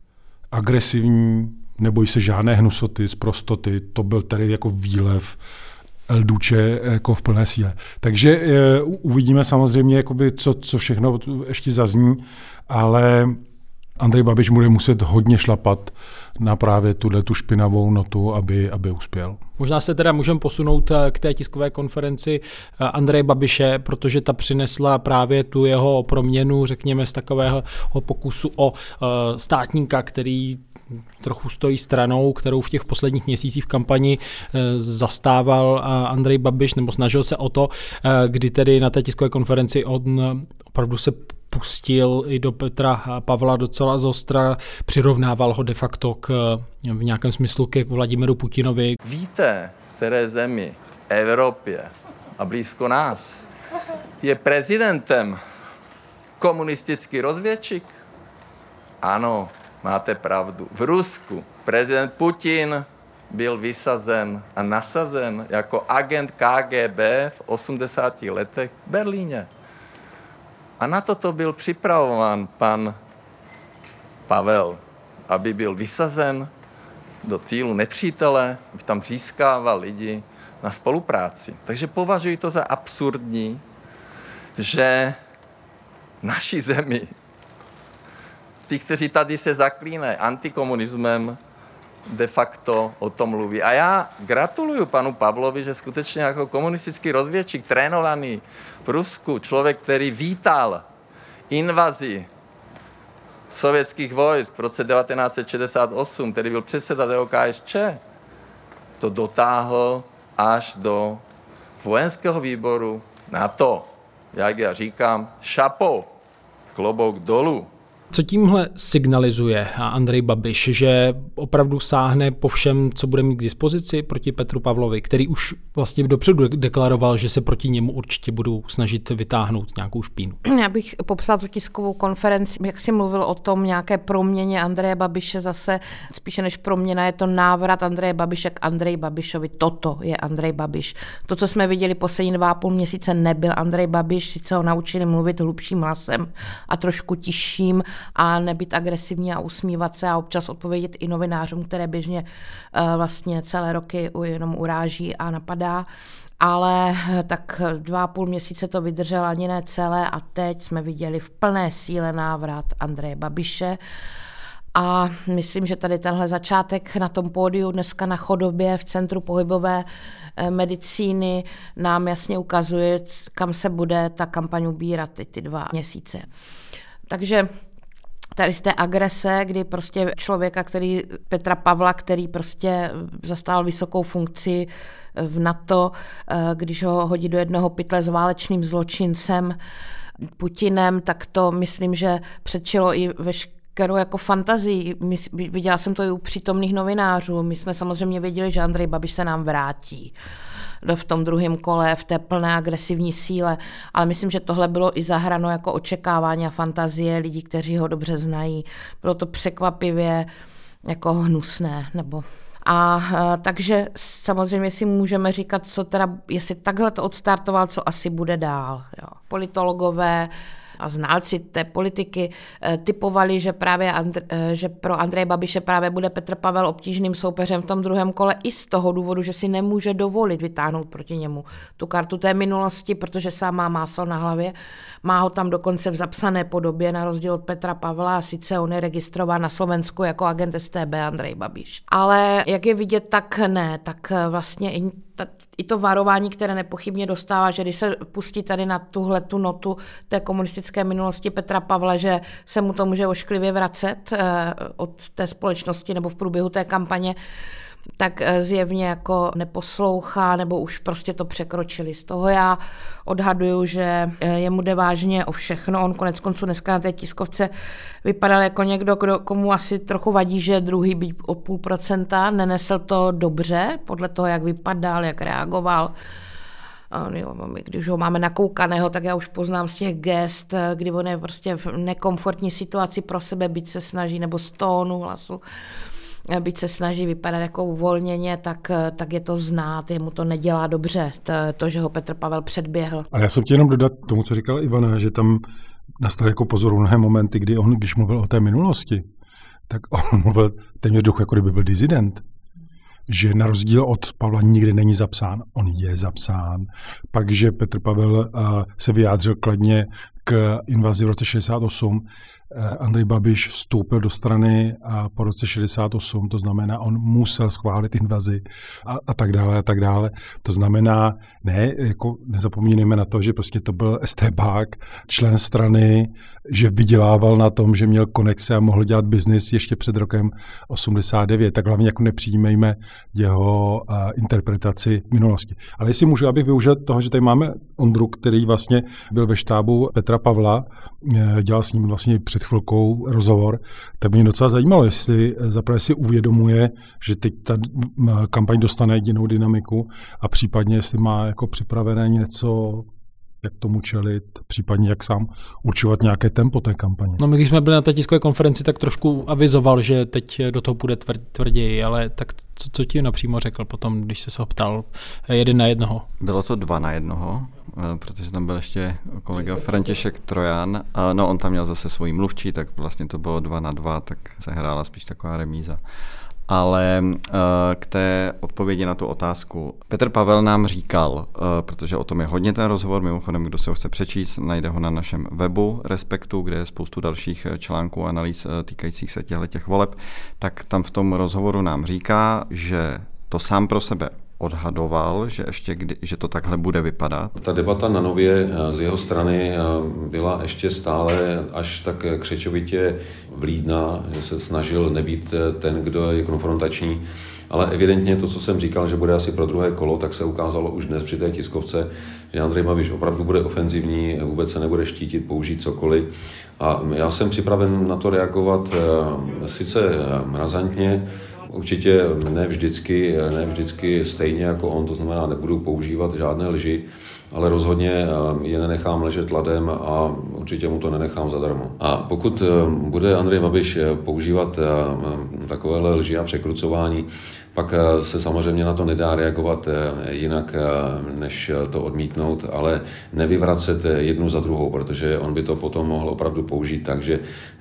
agresivní, neboj se žádné hnusoty, sprostoty, to byl tady jako výlev El Duce jako v plné síle. Takže uvidíme samozřejmě, jakoby, co všechno ještě zazní, ale Andrej Babiš bude muset hodně šlapat na právě tu špinavou notu, aby uspěl. Možná se teda můžeme posunout k té tiskové konferenci Andreje Babiše, protože ta přinesla právě tu jeho proměnu, řekněme, z takového pokusu o státníka, který trochu stojí stranou, kterou v těch posledních měsících v kampani zastával Andrej Babiš, nebo snažil se o to, kdy tedy na té tiskové konferenci on opravdu se pustil i do Petra Pavla docela zostra, přirovnával ho de facto v nějakém smyslu ke Vladimiru Putinovi. Víte, které zemi v Evropě a blízko nás je prezidentem komunistický rozvědčík? Ano, máte pravdu. V Rusku prezident Putin byl vysazen a nasazen jako agent KGB v 80. letech v Berlíně. A na to byl připravován pan Pavel, aby byl vysazen do týlu nepřítele, aby tam získával lidi na spolupráci. Takže považuji to za absurdní, že naši zemi, ty, kteří tady se zaklínají antikomunismem, de facto o tom mluví. A já gratuluju panu Pavlovi, že skutečně jako komunistický rozvědčík, trénovaný v Rusku, člověk, který vítal invazi sovětských vojsk v roce 1968, který byl předseda DOKSČ, to dotáhl až do vojenského výboru NATO. Jak já říkám, šapo, klobouk dolů. Co tímhle signalizuje Andrej Babiš, že opravdu sáhne po všem, co bude mít k dispozici proti Petru Pavlovi, který už vlastně dopředu deklaroval, že se proti němu určitě budou snažit vytáhnout nějakou špínu? Já bych popsal tu tiskovou konferenci, jak jsi mluvil o tom nějaké proměně Andreje Babiše, zase spíše než proměna je to návrat Andreje Babiše k Andreji Babišovi. Toto je Andrej Babiš. To, co jsme viděli poslední 2,5 měsíce, nebyl Andrej Babiš, sice ho naučili mluvit hlubším hlasem a trošku tišším, a nebýt agresivní a usmívat se a občas odpovědět i novinářům, které běžně vlastně celé roky jenom uráží a napadá. Ale tak 2,5 měsíce to vydržel, ani ne celé, a teď jsme viděli v plné síle návrat Andreje Babiše. A myslím, že tady tenhle začátek na tom pódiu dneska na Chodově v Centru pohybové medicíny nám jasně ukazuje, kam se bude ta kampaň ubírat ty 2 měsíce. Takže tady z té agrese, kdy prostě člověka, Petra Pavla, který prostě zastával vysokou funkci v NATO, když ho hodí do jednoho pytle s válečným zločincem Putinem, tak to myslím, že předčilo i veškerou jako fantazii. Viděla jsem to i u přítomných novinářů. My jsme samozřejmě věděli, že Andrej Babiš se nám vrátí v tom druhém kole, v té plné agresivní síle, ale myslím, že tohle bylo i zahráno jako očekávání a fantazie lidí, kteří ho dobře znají. Bylo to překvapivě jako hnusné, takže samozřejmě si můžeme říkat, co teda, jestli takhle to odstartoval, co asi bude dál. Jo. Politologové a znalci té politiky typovali, že pro Andreje Babiše právě bude Petr Pavel obtížným soupeřem v tom druhém kole i z toho důvodu, že si nemůže dovolit vytáhnout proti němu tu kartu té minulosti, protože sám má máslo na hlavě. Má ho tam dokonce v zapsané podobě, na rozdíl od Petra Pavla, a sice on je registrován na Slovensku jako agent StB Andrej Babiš. Ale jak je vidět, tak ne, tak vlastně i to varování, které nepochybně dostává, že když se pustí tady na tu notu té komunistické minulosti Petra Pavla, že se mu to může ošklivě vracet od té společnosti nebo v průběhu té kampaně, tak zjevně jako neposlouchá nebo už prostě to překročili. Z toho já odhaduju, že jemu jde vážně o všechno. On konec konců dneska na té tiskovce vypadal jako někdo, komu asi trochu vadí, že druhý byť o 0,5%, nenesl to dobře podle toho, jak vypadal, jak reagoval. Když ho máme nakoukaného, tak já už poznám z těch gest, kdy on je prostě v nekomfortní situaci pro sebe, byť se snaží, nebo z tónu hlasu, byť se snaží vypadat jako uvolněně, tak je to znát, jemu to nedělá dobře, to, že ho Petr Pavel předběhl. Ale já jsem chtěl jenom dodat tomu, co říkala Ivana, že tam nastaly jako pozoruhodné momenty, kdy on, když mluvil o té minulosti, tak on mluvil téměř duchu, jako kdyby byl dizident. Že na rozdíl od Pavla nikdy není zapsán, on je zapsán. Pak, že Petr Pavel se vyjádřil kladně k invazi v roce 68, Andrej Babiš vstoupil do strany po roce 68, to znamená, on musel schválit invazi a tak dále a tak dále. To znamená, nezapomínejme na to, že prostě to byl estébák, člen strany, že vydělával na tom, že měl konexe a mohl dělat biznis ještě před rokem 89. Tak hlavně jako nepřijímejme jeho interpretaci minulosti. Ale jestli můžu, abych využil toho, že tady máme Ondru, který vlastně byl ve štábu Petra Pavla, dělal s ním vlastně před chvilkou rozhovor, tak mě docela zajímalo, jestli zaprvé si uvědomuje, že teď ta kampaň dostane jinou dynamiku a případně jestli má jako připravené něco, jak tomu čelit, případně jak sám určovat nějaké tempo té kampaně. No my když jsme byli na té tiskové konferenci, tak trošku avizoval, že teď do toho půjde tvrději, ale tak co ti napřímo řekl potom, když jsi se ho ptal 1 na 1? Bylo to 2 na 1, protože tam byl ještě kolega František Trojan. No on tam měl zase svoji mluvčí, tak vlastně to bylo 2 na 2, tak se hrála spíš taková remíza. Ale k té odpovědi na tu otázku. Petr Pavel nám říkal, protože o tom je hodně ten rozhovor, mimochodem, kdo se ho chce přečíst, najde ho na našem webu Respektu, kde je spoustu dalších článků a analýz týkajících se těch voleb, tak tam v tom rozhovoru nám říká, že to sám pro sebe odhadoval, že to takhle bude vypadat. Ta debata na Nově z jeho strany byla ještě stále až tak křečovitě vlídná, že se snažil nebýt ten, kdo je konfrontační, ale evidentně to, co jsem říkal, že bude asi pro druhé kolo, tak se ukázalo už dnes při té tiskovce, že Andrej Babiš opravdu bude ofenzivní, vůbec se nebude štítit použít cokoliv. A já jsem připraven na to reagovat sice razantně, určitě ne vždycky stejně jako on, to znamená, nebudu používat žádné lži, ale rozhodně je nenechám ležet ladem a určitě mu to nenechám zadarmo. A pokud bude Andrej Babiš používat takovéhle lži a překrucování, pak se samozřejmě na to nedá reagovat jinak, než to odmítnout, ale nevyvracet jednu za druhou, protože on by to potom mohl opravdu použít, takže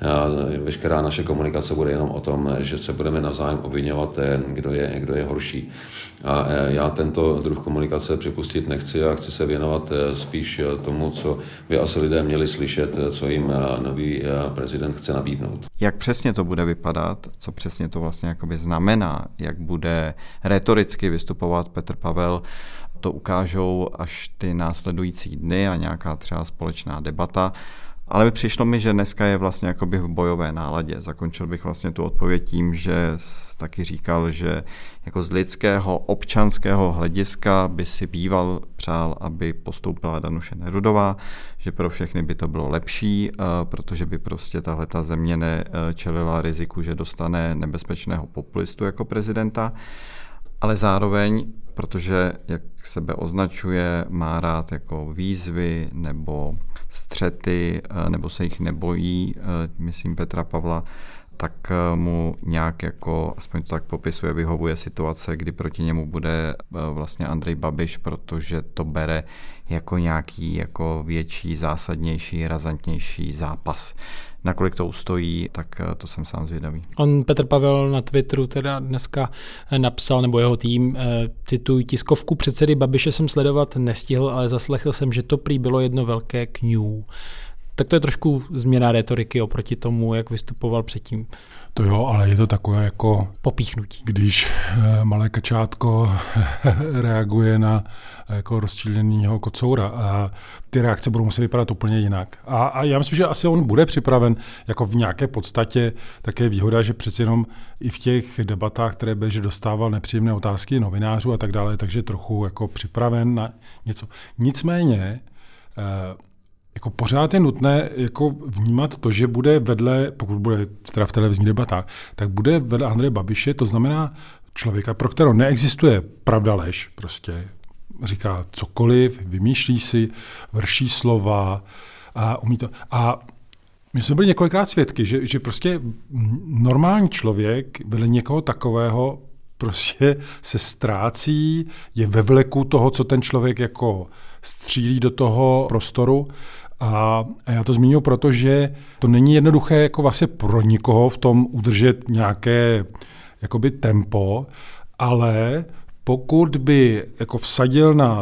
veškerá naše komunikace bude jenom o tom, že se budeme navzájem obviňovat, kdo je horší. A já tento druh komunikace připustit nechci a chci se věnovat spíš tomu, co by asi lidé měli slyšet, co jim nový prezident chce nabídnout. Jak přesně to bude vypadat, co přesně to vlastně jakoby znamená, jak bude retoricky vystupovat Petr Pavel, to ukážou až ty následující dny a nějaká třeba společná debata. Ale přišlo mi, že dneska je vlastně jakoby v bojové náladě. Zakončil bych vlastně tu odpověď tím, že taky říkal, že jako z lidského občanského hlediska by si býval přál, aby postoupila Danuše Nerudová, že pro všechny by to bylo lepší, protože by prostě tahleta země nečelila riziku, že dostane nebezpečného populistu jako prezidenta, ale zároveň, protože, jak sebe označuje, má rád jako výzvy nebo střety, nebo se jich nebojí, myslím Petra Pavla, tak mu nějak jako, aspoň to tak popisuje, vyhovuje situace, kdy proti němu bude vlastně Andrej Babiš, protože to bere jako nějaký jako větší, zásadnější, razantnější zápas. Nakolik to ustojí, tak to jsem sám zvědavý. On, Petr Pavel, na Twitteru teda dneska napsal, nebo jeho tým, cituji, tiskovku předsedy Babiše jsem sledovat nestihl, ale zaslechl jsem, že to prý bylo jedno velké kňú. Tak to je trošku změna retoriky oproti tomu, jak vystupoval předtím. To jo, ale je to takové jako popíchnutí. Když malé kačátko reaguje na jako rozčílenýho kocoura a ty reakce budou muset vypadat úplně jinak. A já myslím, že asi on bude připraven jako v nějaké podstatě, také výhoda, že přeci jenom i v těch debatách, které byl, že dostával nepříjemné otázky novinářů a tak dále, takže trochu jako připraven na něco. Nicméně jako pořád je nutné jako vnímat to, že bude vedle, pokud bude teda v televizních debatách, tak bude vedle Andreje Babiše, to znamená člověka, pro kterého neexistuje pravda lež, prostě říká cokoliv, vymýšlí si, vrší slova a umí to. A my jsme byli několikrát svědky, že prostě normální člověk vedle někoho takového prostě se ztrácí, je ve vleku toho, co ten člověk jako střílí do toho prostoru A já to zmiňuji, protože to není jednoduché jako vlastně pro nikoho v tom udržet nějaké jakoby tempo, ale pokud by jako vsadil na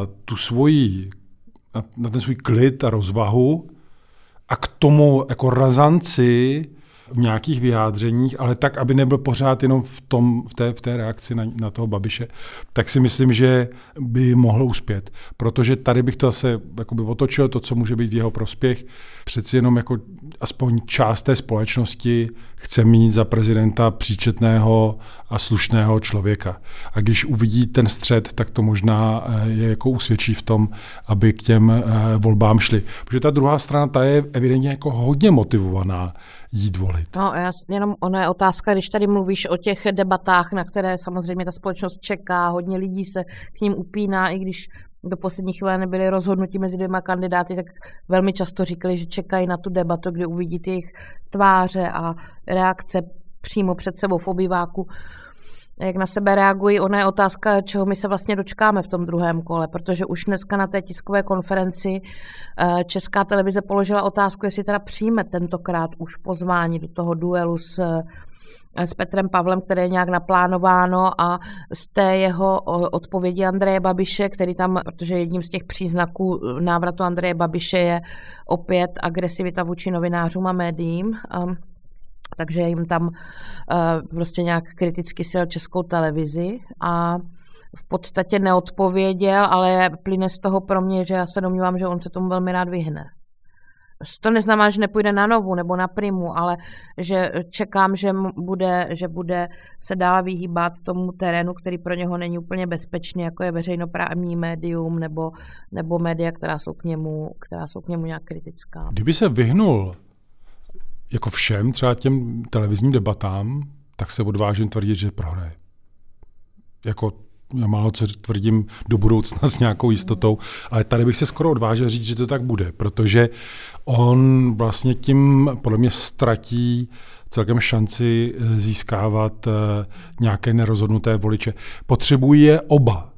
ten svůj klid a rozvahu a k tomu jako razanci v nějakých vyjádřeních, ale tak, aby nebyl pořád jenom v té reakci na toho Babiše, tak si myslím, že by mohlo uspět. Protože tady bych to zase jakoby otočil, to, co může být v jeho prospěch. Přeci jenom jako aspoň část té společnosti chce mít za prezidenta příčetného a slušného člověka. A když uvidí ten střet, tak to možná je jako usvědčí v tom, aby k těm volbám šli. Protože ta druhá strana, ta je evidentně jako hodně motivovaná jít volit. No, jenom ona je otázka, když tady mluvíš o těch debatách, na které samozřejmě ta společnost čeká, hodně lidí se k ním upíná, i když do poslední chvíle nebyly rozhodnutí mezi dvěma kandidáty, tak velmi často říkali, že čekají na tu debatu, kdy uvidí ty jejich tváře a reakce přímo před sebou v obýváku. Jak na sebe reagují, ona je otázka, čeho my se vlastně dočkáme v tom druhém kole, protože už dneska na té tiskové konferenci Česká televize položila otázku, jestli teda přijme tentokrát už pozvání do toho duelu s Petrem Pavlem, které je nějak naplánováno, a z té jeho odpovědi Andreje Babiše, který tam, protože jedním z těch příznaků návratu Andreje Babiše je opět agresivita vůči novinářům a médiím, takže jim tam prostě nějak kriticky sil Českou televizi a v podstatě neodpověděl, ale plyne z toho pro mě, že já se domnívám, že on se tomu velmi rád vyhne. To neznamená, že nepůjde na Novu nebo na Primu, ale že čekám, že bude se dál vyhýbat tomu terénu, který pro něho není úplně bezpečný, jako je veřejnoprávní médium nebo média, která jsou k němu nějak kritická. Kdyby se vyhnul jako všem, třeba těm televizním debatám, tak se odvážím tvrdit, že prohraje. Jako já málo co tvrdím do budoucna s nějakou jistotou, ale tady bych se skoro odvážil říct, že to tak bude, protože on vlastně tím podle mě ztratí celkem šanci získávat nějaké nerozhodnuté voliče. Potřebují je oba.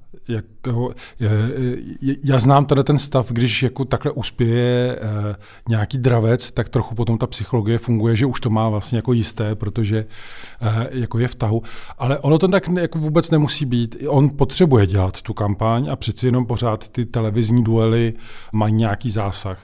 Já znám tady ten stav, když jako takhle uspěje nějaký dravec, tak trochu potom ta psychologie funguje, že už to má vlastně jako jisté, protože jako je v tahu. Ale ono to tak jako vůbec nemusí být. On potřebuje dělat tu kampaň a přeci jenom pořád ty televizní duely mají nějaký zásah.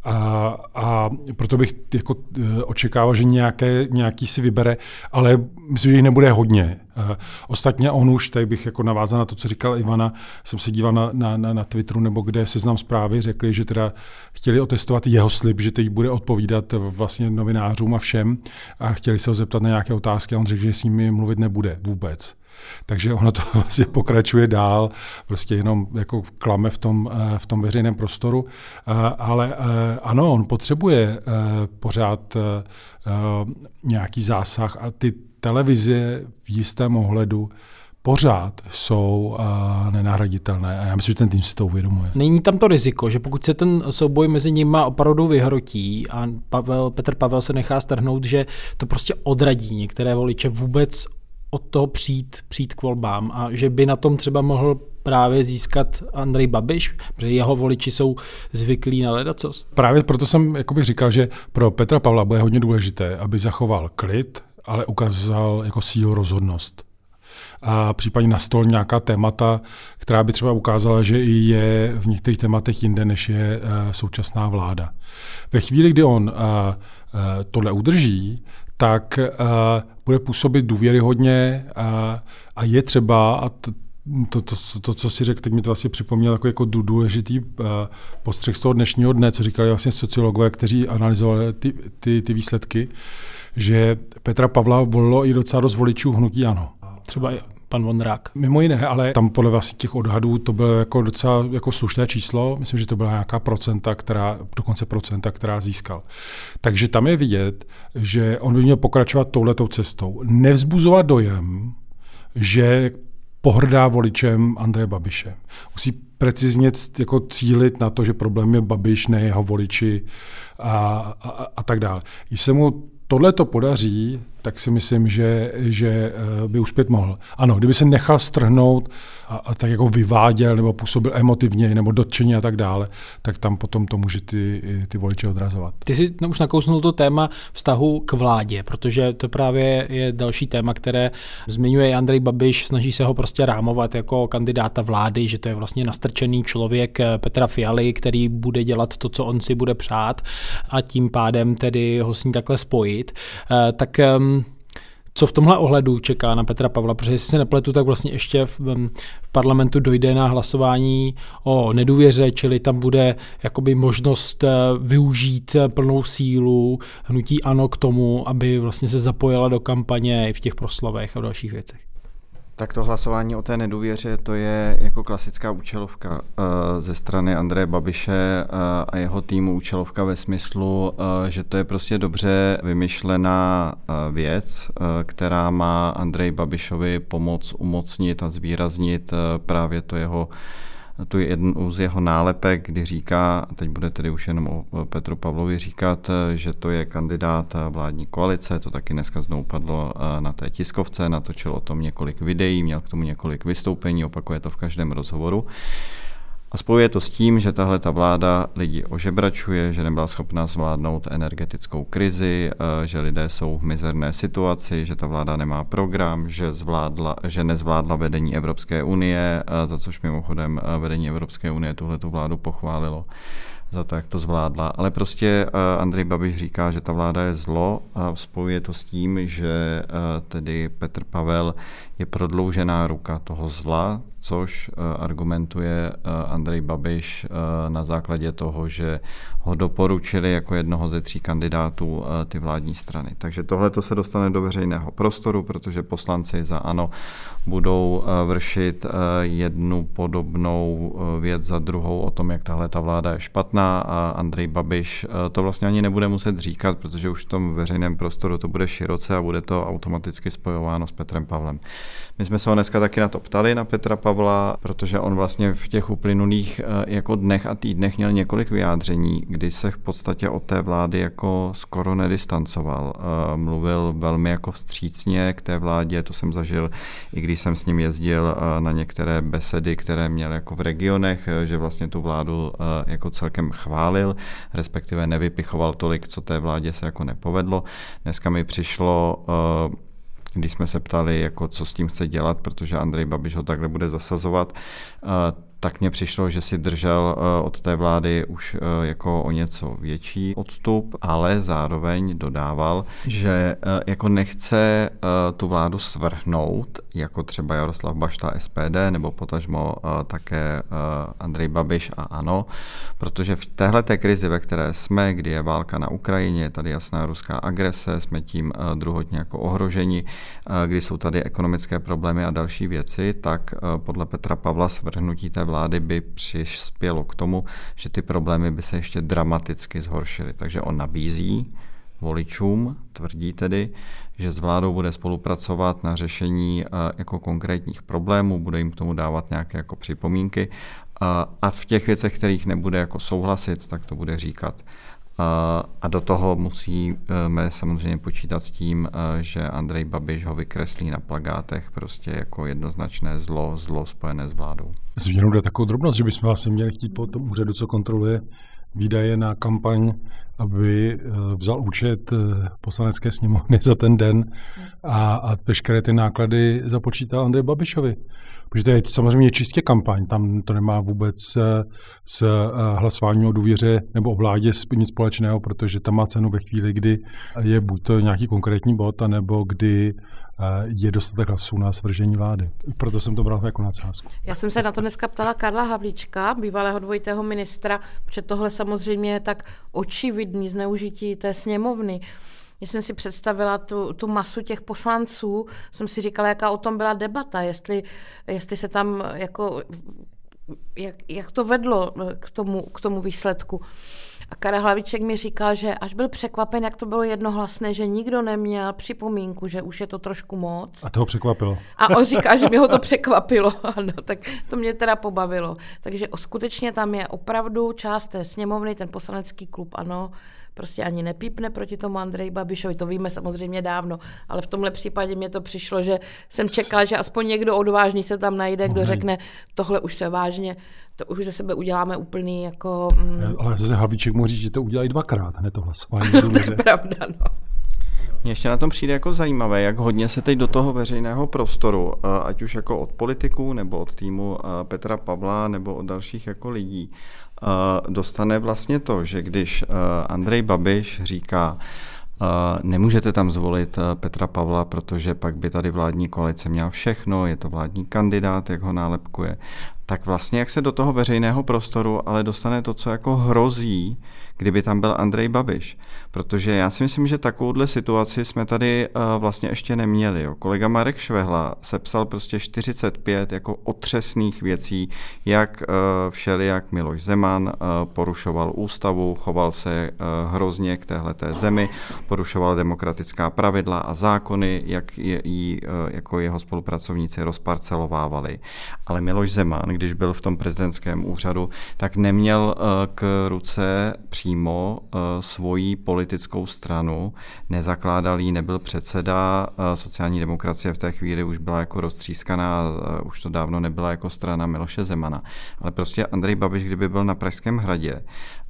A proto bych jako očekával, že nějaký si vybere, ale myslím, že jich nebude hodně. Ostatně on už, tady bych jako navázal na to, co říkala Ivana, jsem se díval na Twitteru nebo kde Seznam Zprávy, řekli, že teda chtěli otestovat jeho slib, že teď bude odpovídat vlastně novinářům a všem a chtěli se ho zeptat na nějaké otázky a on řekl, že s nimi mluvit nebude vůbec. Takže ono to vlastně pokračuje dál, prostě jenom jako klame v tom veřejném prostoru, ale ano, on potřebuje pořád nějaký zásah a ty televize v jistém ohledu pořád jsou nenahraditelné a já myslím, že ten tým si to uvědomuje. Není tam to riziko, že pokud se ten souboj mezi nimi opravdu vyhrotí a Petr Pavel se nechá strhnout, že to prostě odradí některé voliče vůbec od toho přijít k volbám a že by na tom třeba mohl právě získat Andrej Babiš, protože jeho voliči jsou zvyklí na ledacos. Právě proto jsem jakoby říkal, že pro Petra Pavla bude hodně důležité, aby zachoval klid, ale ukázal jako sílu rozhodnost. A případně nastolil nějaká témata, která by třeba ukázala, že i je v některých tématech jinde, než je současná vláda. Ve chvíli, kdy on tohle udrží, tak bude působit důvěryhodně a je třeba, a to, co si řekl, teď mi to vlastně připomněl jako důležitý postřeh z toho dnešního dne, co říkali vlastně sociologové, kteří analyzovali ty výsledky, že Petra Pavla volilo i docela dost voličů hnutí ANO. Třeba pan Vondrák. Mimo jiné, ale tam podle vlastně těch odhadů to bylo jako docela jako slušné číslo. Myslím, že to byla nějaká procenta, která získal. Takže tam je vidět, že on by měl pokračovat touhletou cestou. Nevzbuzovat dojem, že pohrdá voličem Andreje Babiše. Musí precizně jako cílit na to, že problém je Babiš, ne jeho voliči a tak dále. Když se mu tohleto podaří, tak si myslím, že by uspět mohl. Ano, kdyby se nechal strhnout a tak jako vyváděl nebo působil emotivně nebo dotčeně a tak dále, tak tam potom to může ty voliče odrazovat. Ty jsi už nakousnul to téma vztahu k vládě, protože to právě je další téma, které zmiňuje Andrej Babiš, snaží se ho prostě rámovat jako kandidáta vlády, že to je vlastně nastrčený člověk Petra Fialy, který bude dělat to, co on si bude přát a tím pádem tedy ho s ní takhle spojit. Tak co v tomhle ohledu čeká na Petra Pavla? Protože jestli se nepletu, tak vlastně ještě v parlamentu dojde na hlasování o nedůvěře, čili tam bude jakoby možnost využít plnou sílu hnutí ANO k tomu, aby vlastně se zapojila do kampaně i v těch proslovech a dalších věcech. Tak to hlasování o té nedůvěře, to je jako klasická účelovka ze strany Andreje Babiše a jeho týmu, účelovka ve smyslu, že to je prostě dobře vymyšlená věc, která má Andreji Babišovi pomoct umocnit a zvýraznit právě tu jednu z jeho nálepek, kdy říká, a teď bude tedy už jenom o Petru Pavlovi říkat, že to je kandidát vládní koalice, to taky dneska znovu padlo na té tiskovce, natočil o tom několik videí, měl k tomu několik vystoupení, opakuje to v každém rozhovoru. A spojuje to s tím, že tahle ta vláda lidi ožebračuje, že nebyla schopná zvládnout energetickou krizi, že lidé jsou v mizerné situaci, že ta vláda nemá program, že nezvládla vedení Evropské unie, za což mimochodem vedení Evropské unie tuhletu vládu pochválilo za to, jak to zvládla. Ale prostě Andrej Babiš říká, že ta vláda je zlo a spojuje to s tím, že tedy Petr Pavel je prodloužená ruka toho zla, což argumentuje Andrej Babiš na základě toho, že ho doporučili jako jednoho ze 3 kandidátů ty vládní strany. Takže tohle to se dostane do veřejného prostoru, protože poslanci za ANO budou vršit jednu podobnou věc za druhou o tom, jak tahle ta vláda je špatná a Andrej Babiš to vlastně ani nebude muset říkat, protože už v tom veřejném prostoru to bude široce a bude to automaticky spojováno s Petrem Pavlem. My jsme se ho dneska taky na to ptali, na Petra Pavla, protože on vlastně v těch uplynulých jako dnech a týdnech měl několik vyjádření, kdy se v podstatě od té vlády jako skoro nedistancoval. Mluvil velmi jako vstřícně k té vládě, to jsem zažil, i když jsem s ním jezdil na některé besedy, které měl jako v regionech, že vlastně tu vládu jako celkem chválil, respektive nevypichoval tolik, co té vládě se jako nepovedlo. Dneska mi přišlo, když jsme se ptali, jako co s tím chce dělat, protože Andrej Babiš ho takhle bude zasazovat, tak mně přišlo, že si držel od té vlády už jako o něco větší odstup, ale zároveň dodával, že jako nechce tu vládu svrhnout, jako třeba Jaroslav Bašta SPD, nebo potažmo také Andrej Babiš a ANO, protože v téhleté krizi, ve které jsme, kdy je válka na Ukrajině, je tady jasná ruská agrese, jsme tím druhotně jako ohroženi, kdy jsou tady ekonomické problémy a další věci, tak podle Petra Pavla svrhnutí té vlády by přispělo k tomu, že ty problémy by se ještě dramaticky zhoršily. Takže on nabízí voličům, tvrdí tedy, že s vládou bude spolupracovat na řešení jako konkrétních problémů, bude jim k tomu dávat nějaké jako připomínky a v těch věcech, kterých nebude jako souhlasit, tak to bude říkat. A do toho musíme samozřejmě počítat s tím, že Andrej Babiš ho vykreslí na plakátech prostě jako jednoznačné zlo spojené s vládou. Změnou jde takovou drobnost, že bychom vlastně měli chtít po tom úřadu, co kontroluje výdaje na kampaň, aby vzal účet poslanecké sněmovny za ten den a veškeré ty náklady započítal Andrej Babišovi. Protože to je samozřejmě čistě kampaň, tam to nemá vůbec s hlasováním o důvěře nebo o vládě nic společného, protože tam má cenu ve chvíli, kdy je buď to nějaký konkrétní bod, anebo kdy je dostatek hlasů na svržení vlády. Proto jsem to bral jako nadsázku. Já jsem se na to dneska ptala Karla Havlíčka, bývalého dvojitého ministra, protože tohle samozřejmě je tak očividný zneužití té sněmovny. Když jsem si představila tu masu těch poslanců, jsem si říkala, jaká o tom byla debata, jestli se tam jako, jak to vedlo k tomu výsledku. A Karel Hlavíček mi říkal, že až byl překvapen, jak to bylo jednohlasné, že nikdo neměl připomínku, že už je to trošku moc. A to ho překvapilo. A on říká, že mě ho to překvapilo. Ano, tak to mě teda pobavilo. Takže skutečně tam je opravdu část té sněmovny, ten poslanecký klub, ano, prostě ani nepípne proti tomu Andreji Babišovi, to víme samozřejmě dávno, ale v tomhle případě mě to přišlo, že jsem čekala, že aspoň někdo odvážný se tam najde, kdo řekne, tohle už se vážně, to už ze sebe uděláme úplný jako... Ale zase Havlíček může říct, že to udělají dvakrát, hned to hlasování. To je pravda, no. Mně ještě na tom přijde jako zajímavé, jak hodně se teď do toho veřejného prostoru, ať už jako od politiků, nebo od týmu Petra Pavla, nebo od dalších jako lidí, dostane vlastně to, že když Andrej Babiš říká, nemůžete tam zvolit Petra Pavla, protože pak by tady vládní koalice měla všechno, je to vládní kandidát, jak ho nálepkuje, tak vlastně jak se do toho veřejného prostoru ale dostane to, co jako hrozí, kdyby tam byl Andrej Babiš. Protože já si myslím, že takovouhle situaci jsme tady vlastně ještě neměli. Jo. Kolega Marek Švehla sepsal prostě 45 jako otřesných věcí, jak všelijak Miloš Zeman porušoval ústavu, choval se hrozně k téhleté zemi, porušoval demokratická pravidla a zákony, jak ji jako jeho spolupracovníci rozparcelovávali. Ale Miloš Zeman, když byl v tom prezidentském úřadu, tak neměl k ruce přímo svoji politickou stranu, nezakládal jí, nebyl předseda, sociální demokracie v té chvíli už byla jako roztřískaná, už to dávno nebyla jako strana Miloše Zemana. Ale prostě Andrej Babiš, kdyby byl na Pražském hradě,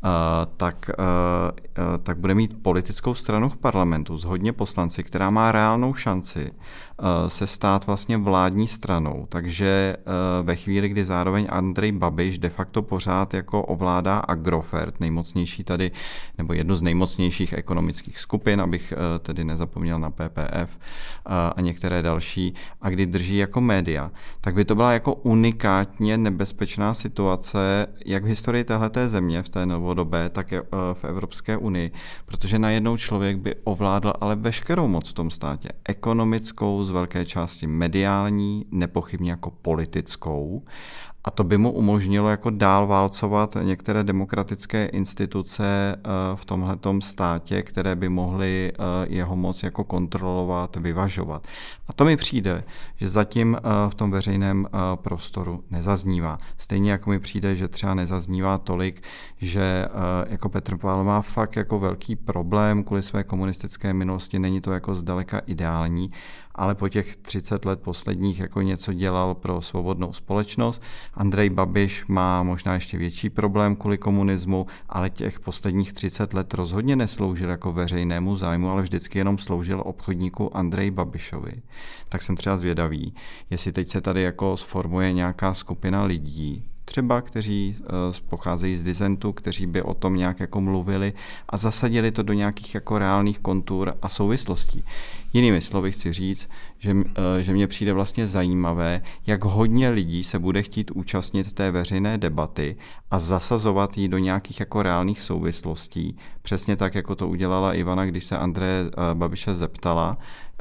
tak bude mít politickou stranu v parlamentu s hodně poslanci, která má reálnou šanci se stát vlastně vládní stranou. Takže ve chvíli, kdy zároveň Andrej Babiš de facto pořád jako ovládá Agrofert, nejmocnější tady, nebo jednu z nejmocnějších ekonomických skupin, abych tedy nezapomněl na PPF a některé další, a kdy drží jako média, tak by to byla jako unikátně nebezpečná situace, jak v historii téhleté země, v té novodobé, tak je v Evropské unii, protože najednou člověk by ovládl ale veškerou moc v tom státě. Ekonomickou, z velké části mediální, nepochybně jako politickou. A to by mu umožnilo jako dál válcovat některé demokratické instituce v tomhletom státě, které by mohly jeho moc jako kontrolovat, vyvažovat. A to mi přijde, že zatím v tom veřejném prostoru nezaznívá. Stejně jako mi přijde, že třeba nezaznívá tolik, že jako Petr Pavel má fakt jako velký problém kvůli své komunistické minulosti, není to jako zdaleka ideální, ale po těch 30 let posledních jako něco dělal pro svobodnou společnost. Andrej Babiš má možná ještě větší problém kvůli komunismu, ale těch posledních 30 let rozhodně nesloužil jako veřejnému zájmu, ale vždycky jenom sloužil obchodníku Andreji Babišovi. Tak jsem třeba zvědavý, jestli teď se tady jako sformuje nějaká skupina lidí, třeba kteří pocházejí z disentu, kteří by o tom nějak jako mluvili a zasadili to do nějakých jako reálných kontur a souvislostí. Jinými slovy chci říct, že mně přijde vlastně zajímavé, jak hodně lidí se bude chtít účastnit té veřejné debaty a zasazovat ji do nějakých jako reálných souvislostí. Přesně tak, jako to udělala Ivana, když se Andreje Babiše zeptala,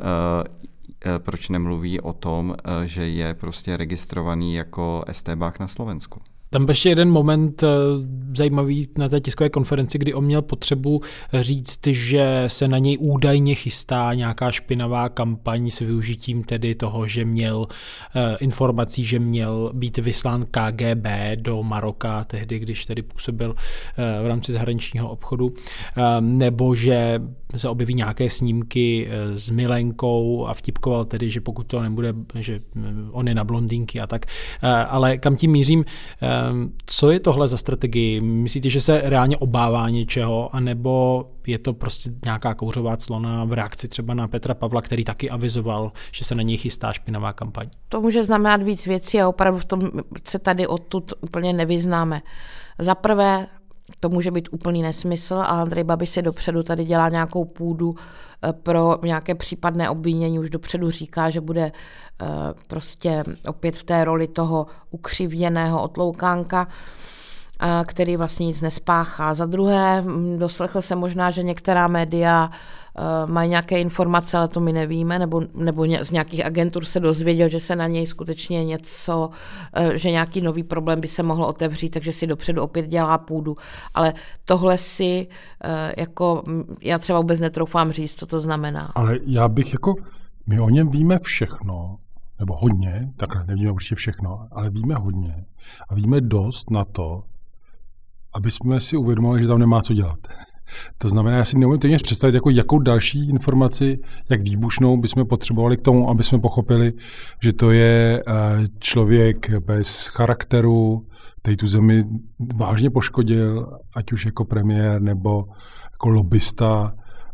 proč nemluví o tom, že je prostě registrovaný jako estébák na Slovensku. Tam ještě jeden moment zajímavý na té tiskové konferenci, kdy on měl potřebu říct, že se na něj údajně chystá nějaká špinavá kampaň s využitím tedy toho, že měl informací, že měl být vyslán KGB do Maroka tehdy, když tedy působil v rámci zahraničního obchodu, nebo že se objeví nějaké snímky s Milenkou a vtipkoval tedy, že pokud to nebude, že on je na blondýnky a tak. Ale kam tím mířím, co je tohle za strategii? Myslíte, že se reálně obává něčeho, anebo je to prostě nějaká kouřová clona v reakci třeba na Petra Pavla, který taky avizoval, že se na něj chystá špinavá kampaň? To může znamenat víc věcí a opravdu v tom se tady odtud úplně nevyznáme. Za prvé, to může být úplný nesmysl a Andrej Babiš si dopředu tady dělá nějakou půdu pro nějaké případné obvinění, už dopředu říká, že bude prostě opět v té roli toho ukřivděného otloukánka. který vlastně nic nespáchá. Za druhé, doslechl jsem možná, že některá média mají nějaké informace, ale to my nevíme, nebo z nějakých agentur se dozvěděl, že se na něj skutečně něco, že nějaký nový problém by se mohl otevřít, takže si dopředu opět dělá půdu. Ale tohle si jako, já třeba vůbec netroufám říct, co to znamená. Ale já bych my o něm víme všechno, nebo hodně, takhle nevíme určitě všechno, ale víme hodně a víme dost na to, aby jsme si uvědomili, že tam nemá co dělat. To znamená, já si neumím téměř představit, jakou další informaci, jak výbušnou bychom potřebovali k tomu, aby jsme pochopili, že to je člověk bez charakteru, který tu zemi vážně poškodil, ať už jako premiér nebo jako lobbysta.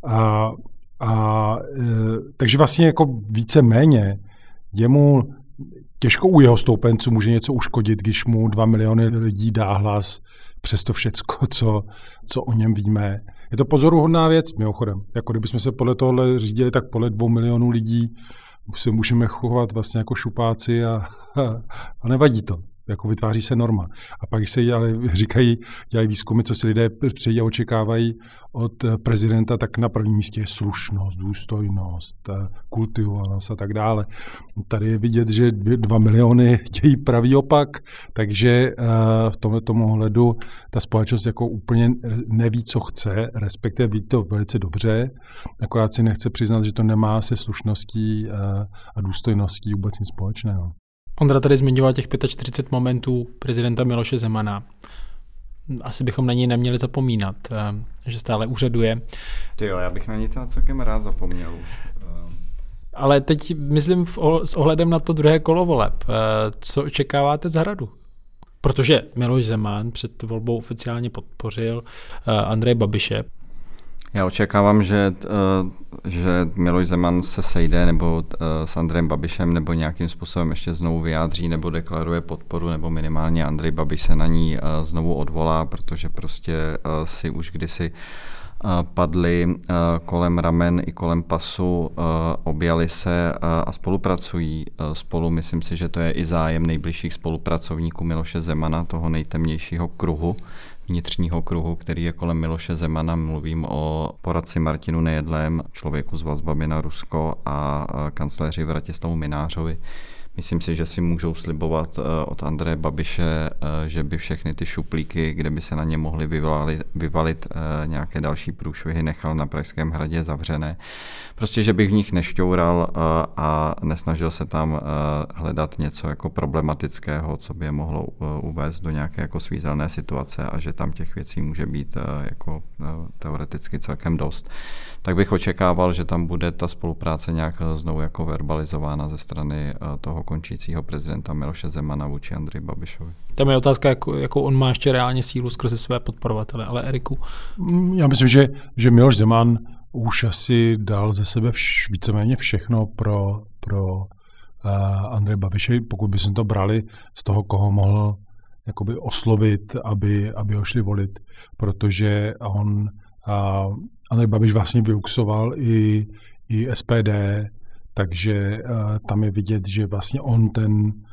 Takže vlastně jako víceméně jemu těžko u jeho stoupenců může něco uškodit, když mu 2 miliony lidí dá hlas přes to všecko, co o něm víme. Je to pozoruhodná věc, mimochodem. Jako kdybychom se podle tohohle řídili, tak podle 2 milionů lidí se můžeme chovat vlastně jako šupáci a nevadí to. Jako vytváří se norma. A pak, když se dělají výzkumy, co si lidé přejí a očekávají od prezidenta, tak na prvním místě je slušnost, důstojnost, kultivovanost a tak dále. Tady je vidět, že 2 miliony dějí pravý opak, takže v tomto ohledu ta společnost jako úplně neví, co chce, respektive ví to velice dobře, akorát si nechce přiznat, že to nemá se slušností a důstojností vůbec nic společného. Ondra tady zmiňoval těch 45 momentů prezidenta Miloše Zemana. Asi bychom na něj neměli zapomínat, že stále úřaduje. Jo, já bych na něj celkem rád zapomněl už. Ale teď myslím s ohledem na to druhé kolo voleb. Co očekáváte z Hradu? Protože Miloš Zeman před volbou oficiálně podpořil Andreje Babiše. Já očekávám, že Miloš Zeman se sejde nebo s Andrejem Babišem nebo nějakým způsobem ještě znovu vyjádří nebo deklaruje podporu nebo minimálně Andrej Babiš se na ní znovu odvolá, protože prostě si už kdysi padli kolem ramen i kolem pasu, objali se a spolupracují spolu. Myslím si, že to je i zájem nejbližších spolupracovníků Miloše Zemana, toho nejtemnějšího kruhu, vnitřního kruhu, který je kolem Miloše Zemana. Mluvím o poradci Martinu Nejedlém, člověku s vazbami na Rusko a kancléři Vratislavu Mynářovi. Myslím si, že si můžou slibovat od Andreje Babiše, že by všechny ty šuplíky, kde by se na ně mohly vyvalit nějaké další průšvihy, nechal na Pražském hradě zavřené. Prostě, že bych v nich nešťoural a nesnažil se tam hledat něco jako problematického, co by je mohlo uvést do nějaké jako svízelné situace a že tam těch věcí může být jako teoreticky celkem dost. Tak bych očekával, že tam bude ta spolupráce nějak znovu jako verbalizována ze strany toho končícího prezidenta Miloše Zemana vůči Andreji Babišovi. Tam je otázka, jakou on má ještě reálně sílu skrze své podporovatele, ale Eriku? Já myslím, že Miloš Zeman už asi dal ze sebe víceméně všechno pro Andreje Babiše, pokud bychom to brali z toho, koho mohl jakoby oslovit, aby ho šli volit, protože Andrej Babiš vlastně vyuksoval i SPD, takže tam je vidět, že vlastně on ten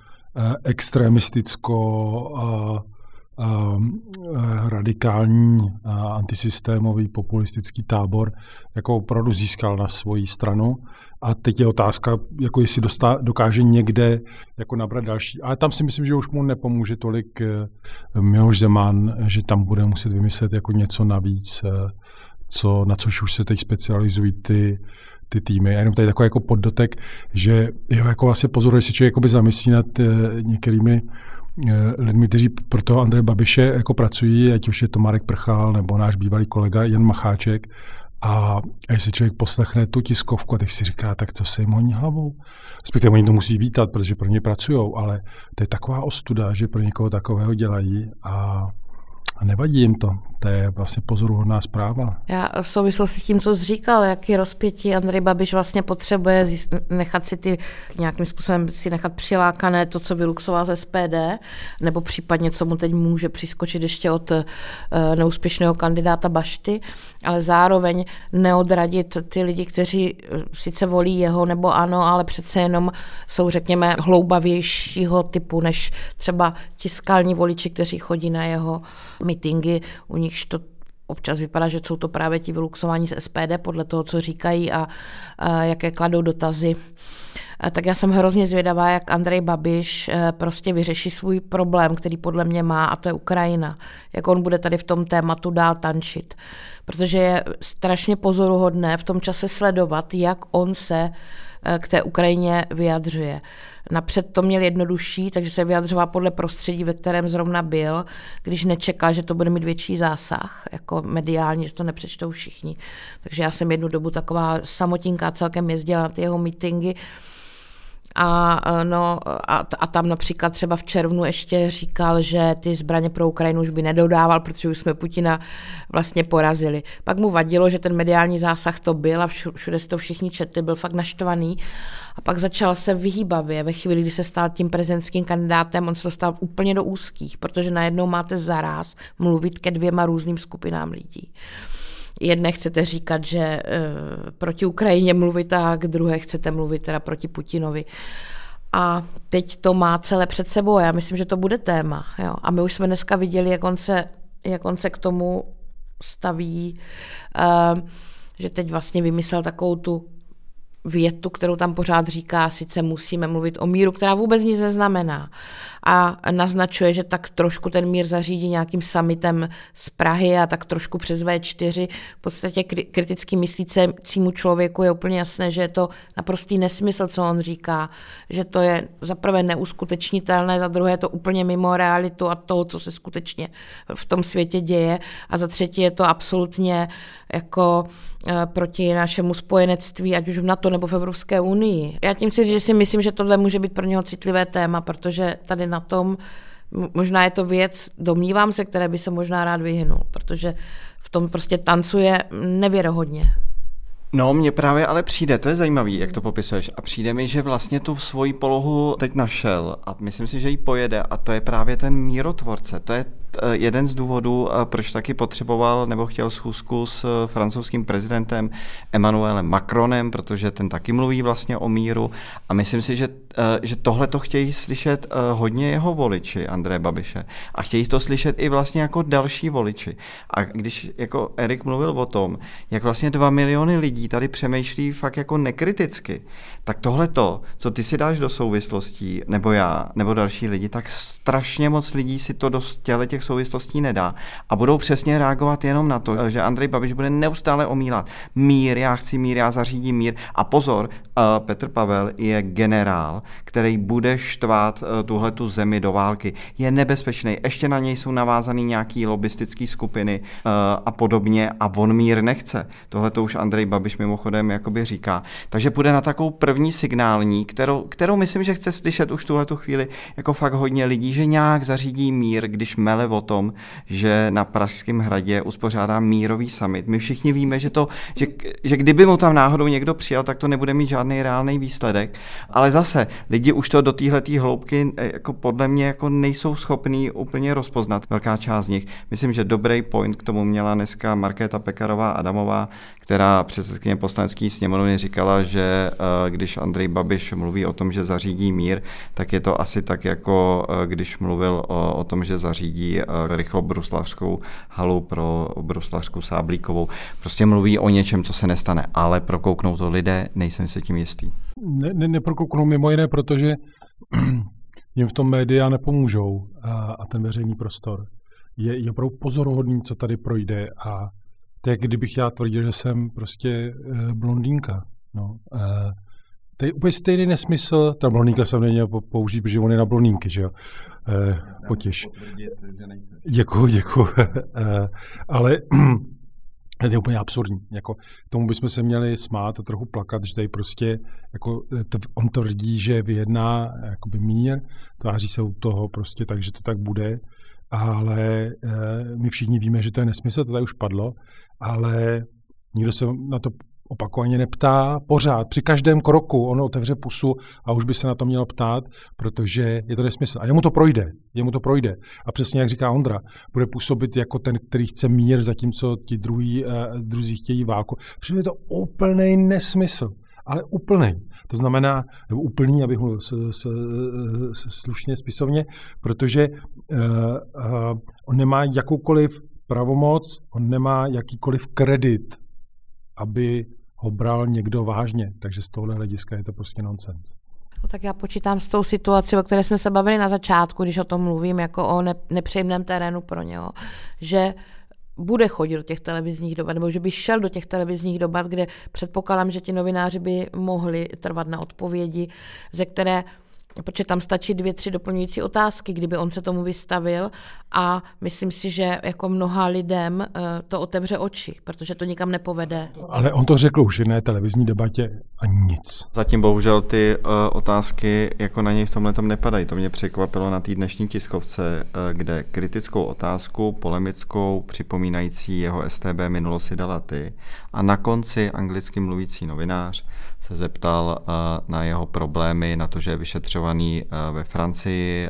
radikální antisystémový populistický tábor jako opravdu získal na svoji stranu. A teď je otázka, jako jestli dokáže někde jako nabrat další. Ale tam si myslím, že už mu nepomůže tolik Miloš Zeman, že tam bude muset vymyslet jako něco navíc, na což už se teď specializují ty týmy. A jenom tady takový jako poddotek, že jako vlastně pozoruje, jestli člověk zamyslí nad některými lidmi, kteří pro toho Andreje Babiše jako pracují, ať už je to Marek Prchal nebo náš bývalý kolega Jan Macháček. A jestli člověk poslechne tu tiskovku, tak si říká, tak co se jim honí hlavou? Respektive oni to musí vítat, protože pro ně pracujou, ale to je taková ostuda, že pro někoho takového dělají a nevadí jim to. to je vlastně pozoruhodná zpráva. Já v souvislosti s tím, co jsi říkal, jaký rozpětí Andrej Babiš vlastně potřebuje nechat si nějakým způsobem si nechat přilákané to, co vyluxoval z SPD, nebo případně, co mu teď může přiskočit ještě od neúspěšného kandidáta Bašty, ale zároveň neodradit ty lidi, kteří sice volí jeho nebo ANO, ale přece jenom jsou, řekněme, hloubavějšího typu, než třeba ti skalní voliči, kteří chodí na jeho mitingy, u nichž to občas vypadá, že jsou to právě ti vyluxovaní z SPD podle toho, co říkají a jaké kladou dotazy. Tak já jsem hrozně zvědavá, jak Andrej Babiš prostě vyřeší svůj problém, který podle mě má, a to je Ukrajina. Jak on bude tady v tom tématu dál tančit. Protože je strašně pozoruhodné v tom čase sledovat, jak on se k té Ukrajině vyjadřuje. Napřed to měl jednodušší, takže se vyjadřoval podle prostředí, ve kterém zrovna byl, když nečekal, že to bude mít větší zásah, jako mediálně, že to nepřečtou všichni. Takže já jsem jednu dobu taková samotinká celkem jezdila na ty jeho meetingy a tam například třeba v červnu ještě říkal, že ty zbraně pro Ukrajinu už by nedodával, protože už jsme Putina vlastně porazili. Pak mu vadilo, že ten mediální zásah to byl a všude si to všichni četli, byl fakt naštvaný. A pak začal se vyhýbavě. Ve chvíli, kdy se stal tím prezidentským kandidátem, on se dostal úplně do úzkých, protože najednou máte zaráz mluvit ke dvěma různým skupinám lidí. Jedné chcete říkat, že proti Ukrajině mluvit a k druhé chcete mluvit teda proti Putinovi. A teď to má celé před sebou. Já myslím, že to bude téma. Jo. A my už jsme dneska viděli, jak on se k tomu staví, že teď vlastně vymyslel takovou tu větu, kterou tam pořád říká, sice musíme mluvit o míru, která vůbec nic neznamená. A naznačuje, že tak trošku ten mír zařídí nějakým summitem z Prahy a tak trošku přes V4. V podstatě kriticky myslícímu člověku je úplně jasné, že je to naprostý nesmysl, co on říká. Že to je za prvé neuskutečnitelné, za druhé je to úplně mimo realitu a toho, co se skutečně v tom světě děje. A za třetí je to absolutně jako proti našemu spojenectví, ať už v NATO nebo v Evropské unii. Já tím chci říct, že si myslím, že tohle může být pro něho citlivé téma, protože tady na tom možná je to věc, domnívám se, které by se možná rád vyhnul, protože v tom prostě tancuje nevěrohodně. No, mně právě ale přijde, to je zajímavý, jak to popisuješ, a přijde mi, že vlastně tu svoji polohu teď našel a myslím si, že ji pojede, a to je právě ten mírotvorce. To je jeden z důvodů, proč taky potřeboval nebo chtěl schůzku s francouzským prezidentem Emmanuelem Macronem, protože ten taky mluví vlastně o míru, a myslím si, že tohle to chtějí slyšet hodně jeho voliči Andreje Babiše a chtějí to slyšet i vlastně jako další voliči. A když jako Erik mluvil o tom, jak vlastně 2 miliony lidí tady přemýšlí fakt jako nekriticky, tak tohleto, co ty si dáš do souvislostí, nebo já, nebo další lidi, tak strašně moc lidí si to do těch souvislostí nedá a budou přesně reagovat jenom na to, že Andrej Babiš bude neustále omílat mír, já chci mír, já zařídím mír. A pozor, Petr Pavel je generál, který bude štvát tuhletu zemi do války. Je nebezpečný, ještě na něj jsou navázaný nějaký lobistický skupiny a podobně a on mír nechce. Tohle to už Andrej Babiš mimochodem jakoby říká. Takže půjde na takovou první signální, kterou myslím, že chce slyšet už tuhletu chvíli jako fakt hodně lidí, že nějak zařídí mír, když mele o tom, že na Pražském hradě uspořádá mírový summit. My všichni víme, že kdyby mu tam náhodou někdo přijal, tak to nebude mít žádný reálný výsledek, ale zase lidi už to do téhletý hloubky jako podle mě jako nejsou schopní úplně rozpoznat, velká část z nich. Myslím, že dobrý point k tomu měla dneska Markéta Pekarová Adamová, která předsedkyně poslanecké sněmovny říkala, že když Andrej Babiš mluví o tom, že zařídí mír, tak je to asi tak, jako když mluvil o tom, že zařídí rychlobruslařskou halu pro bruslařku Sáblíkovou. Prostě mluví o něčem, co se nestane, ale prokouknou to lidé, nejsem si tím jistý. Neprokouknou mimo jiné, protože jim v tom média nepomůžou a ten veřejný prostor. Je opravdu pozoruhodný, co tady projde, a to je, kdybych já tvrdil, že jsem prostě blondýnka. No. To je úplně stejný nesmysl, ta blondýnka jsem neměl použít, protože on je na blondýnky, že jo. Potěš. Děkuju. Ale to je úplně absurdní. Jako, tomu bychom se měli smát a trochu plakat, že tady prostě jako, on tvrdí, že vyjedná jakoby mír, tváří se u toho prostě tak, že to tak bude, ale my všichni víme, že to je nesmysl, to tady už padlo, ale nikdo se na to opakovaně neptá pořád. Při každém kroku on otevře pusu a už by se na to mělo ptát, protože je to nesmysl. A jemu to projde. A přesně jak říká Ondra, bude působit jako ten, který chce mír, zatímco ti druzí chtějí válku. Protože je to úplný nesmysl. Ale úplný. To znamená, nebo úplný, abych mluvil slušně, spisovně, protože on nemá jakoukoliv pravomoc, on nemá jakýkoliv kredit, aby ho bral někdo vážně. Takže z tohohle hlediska je to prostě nonsens. No, tak já počítám s tou situací, o které jsme se bavili na začátku, když o tom mluvím, jako o nepříjemném terénu pro něho, že bude chodit do těch televizních debat, nebo že by šel do těch televizních debat, kde předpokládám, že ti novináři by mohli trvat na odpovědi, ze které, protože tam stačí 2-3 doplňující otázky, kdyby on se tomu vystavil a myslím si, že jako mnoha lidem to otevře oči, protože to nikam nepovede. Ale on to řekl už v jiné televizní debatě a nic. Zatím bohužel ty otázky jako na něj v tomhletom nepadají. To mě překvapilo na té dnešní tiskovce, kde kritickou otázku, polemickou, připomínající jeho STB minulost si dala ty. A na konci anglicky mluvící novinář se zeptal na jeho problémy, na to, že je vyšetřovaný ve Francii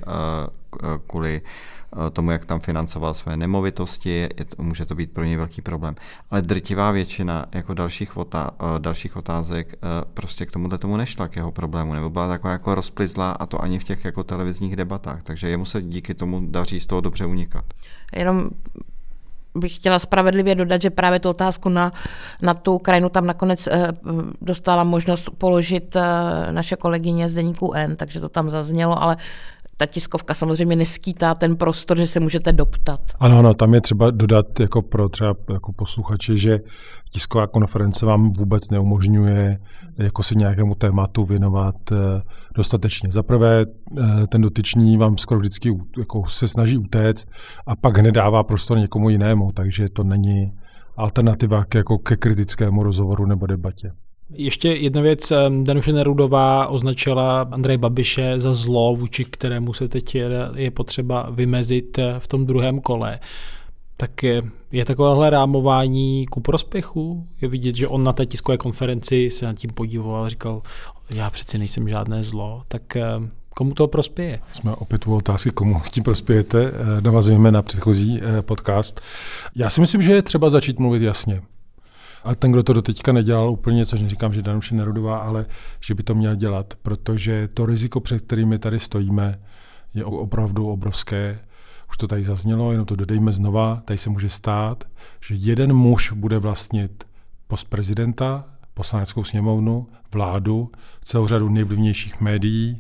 kvůli tomu, jak tam financoval své nemovitosti, může to být pro něj velký problém. Ale drtivá většina jako dalších otázek prostě k tomu nešla, k jeho problému, nebo byla taková jako rozplizlá, a to ani v těch jako televizních debatách. Takže jemu se díky tomu daří z toho dobře unikat. Jenom bych chtěla spravedlivě dodat, že právě tu otázku na tu Ukrajinu tam nakonec dostala možnost položit naše kolegyně z deníku N, takže to tam zaznělo, ale ta tiskovka samozřejmě neskýtá ten prostor, že se můžete doptat. Ano, tam je třeba dodat jako pro třeba jako posluchači, že tisková konference vám vůbec neumožňuje jako si nějakému tématu věnovat dostatečně. Za prvé, ten dotyčný vám skoro vždycky jako se snaží utéct a pak hned dává prostor někomu jinému, takže to není alternativa ke kritickému rozhovoru nebo debatě. Ještě jedna věc, Danuše Nerudová označila Andreje Babiše za zlo, vůči kterému se teď je potřeba vymezit v tom druhém kole. Tak je takovéhle rámování ku prospěchu? Je vidět, že on na té tiskové konferenci se nad tím podíval a říkal, já přeci nejsem žádné zlo, tak komu to prospěje? Jsme opět u otázky, komu tím prospějete. Navazujeme na předchozí podcast. Já si myslím, že je třeba začít mluvit jasně. A ten, kdo to doteďka nedělal úplně, což neříkám, že Danuše Nerudová, ale že by to měl dělat, protože to riziko, před kterými tady stojíme, je opravdu obrovské. Už to tady zaznělo, jenom to dodejme znova, tady se může stát, že jeden muž bude vlastnit post prezidenta, poslaneckou sněmovnu, vládu, celou řadu nejvlivnějších médií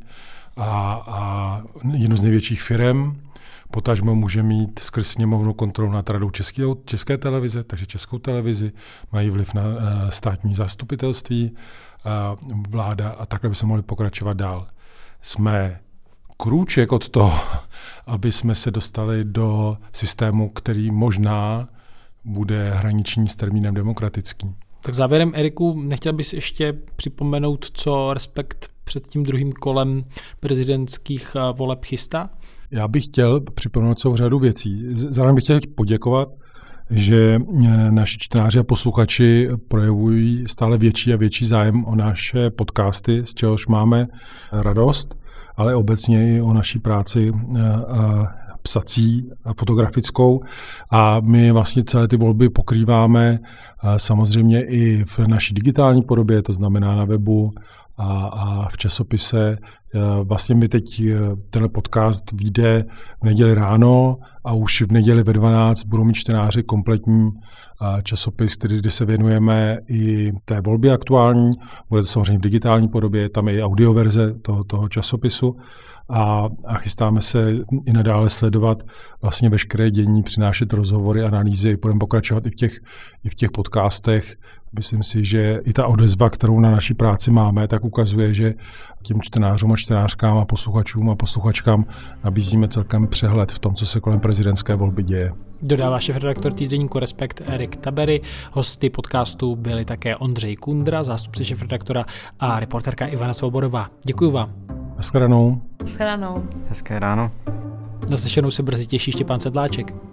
a jednu z největších firem. Potažmo může mít skrz sněmovnu kontrolu nad radou České televize, takže Českou televizi, mají vliv na státní zastupitelství, vláda a takhle by se mohli pokračovat dál. Jsme krůček od toho, aby jsme se dostali do systému, který možná bude hraniční s termínem demokratický. Tak závěrem, Eriku, nechtěl bys ještě připomenout, co Respekt před tím druhým kolem prezidentských voleb chystá? Já bych chtěl připomenout celou řadu věcí. Zároveň bych chtěl poděkovat, že naši čtenáři a posluchači projevují stále větší a větší zájem o naše podcasty, z čehož máme radost, ale obecně i o naší práci psací a fotografickou. A my vlastně celé ty volby pokrýváme samozřejmě i v naší digitální podobě, to znamená na webu a v časopise. Vlastně mi teď tenhle podcast vyjde v neděli ráno a už v neděli ve 12 budou mít čtenáři kompletní časopis, kde se věnujeme i té volbě aktuální. Bude to samozřejmě v digitální podobě, tam je i audioverze toho časopisu a chystáme se i nadále sledovat vlastně veškeré dění, přinášet rozhovory, analýzy, budeme pokračovat i v těch podcastech. Myslím si, že i ta odezva, kterou na naší práci máme, tak ukazuje, že těm čtenářům a čtenářkám a posluchačům a posluchačkám nabízíme celkem přehled v tom, co se kolem prezidentské volby děje. Dodává šéfredaktor týdeníku Respekt Erik Tabery. Hosty podcastu byli také Ondřej Kundra, zástupce šéfredaktora, a reportérka Ivana Svobodová. Děkuji vám. Naschledanou. Naschledanou. Hezké ráno. Naslyšenou se brzy těší Štěpán Sedláček.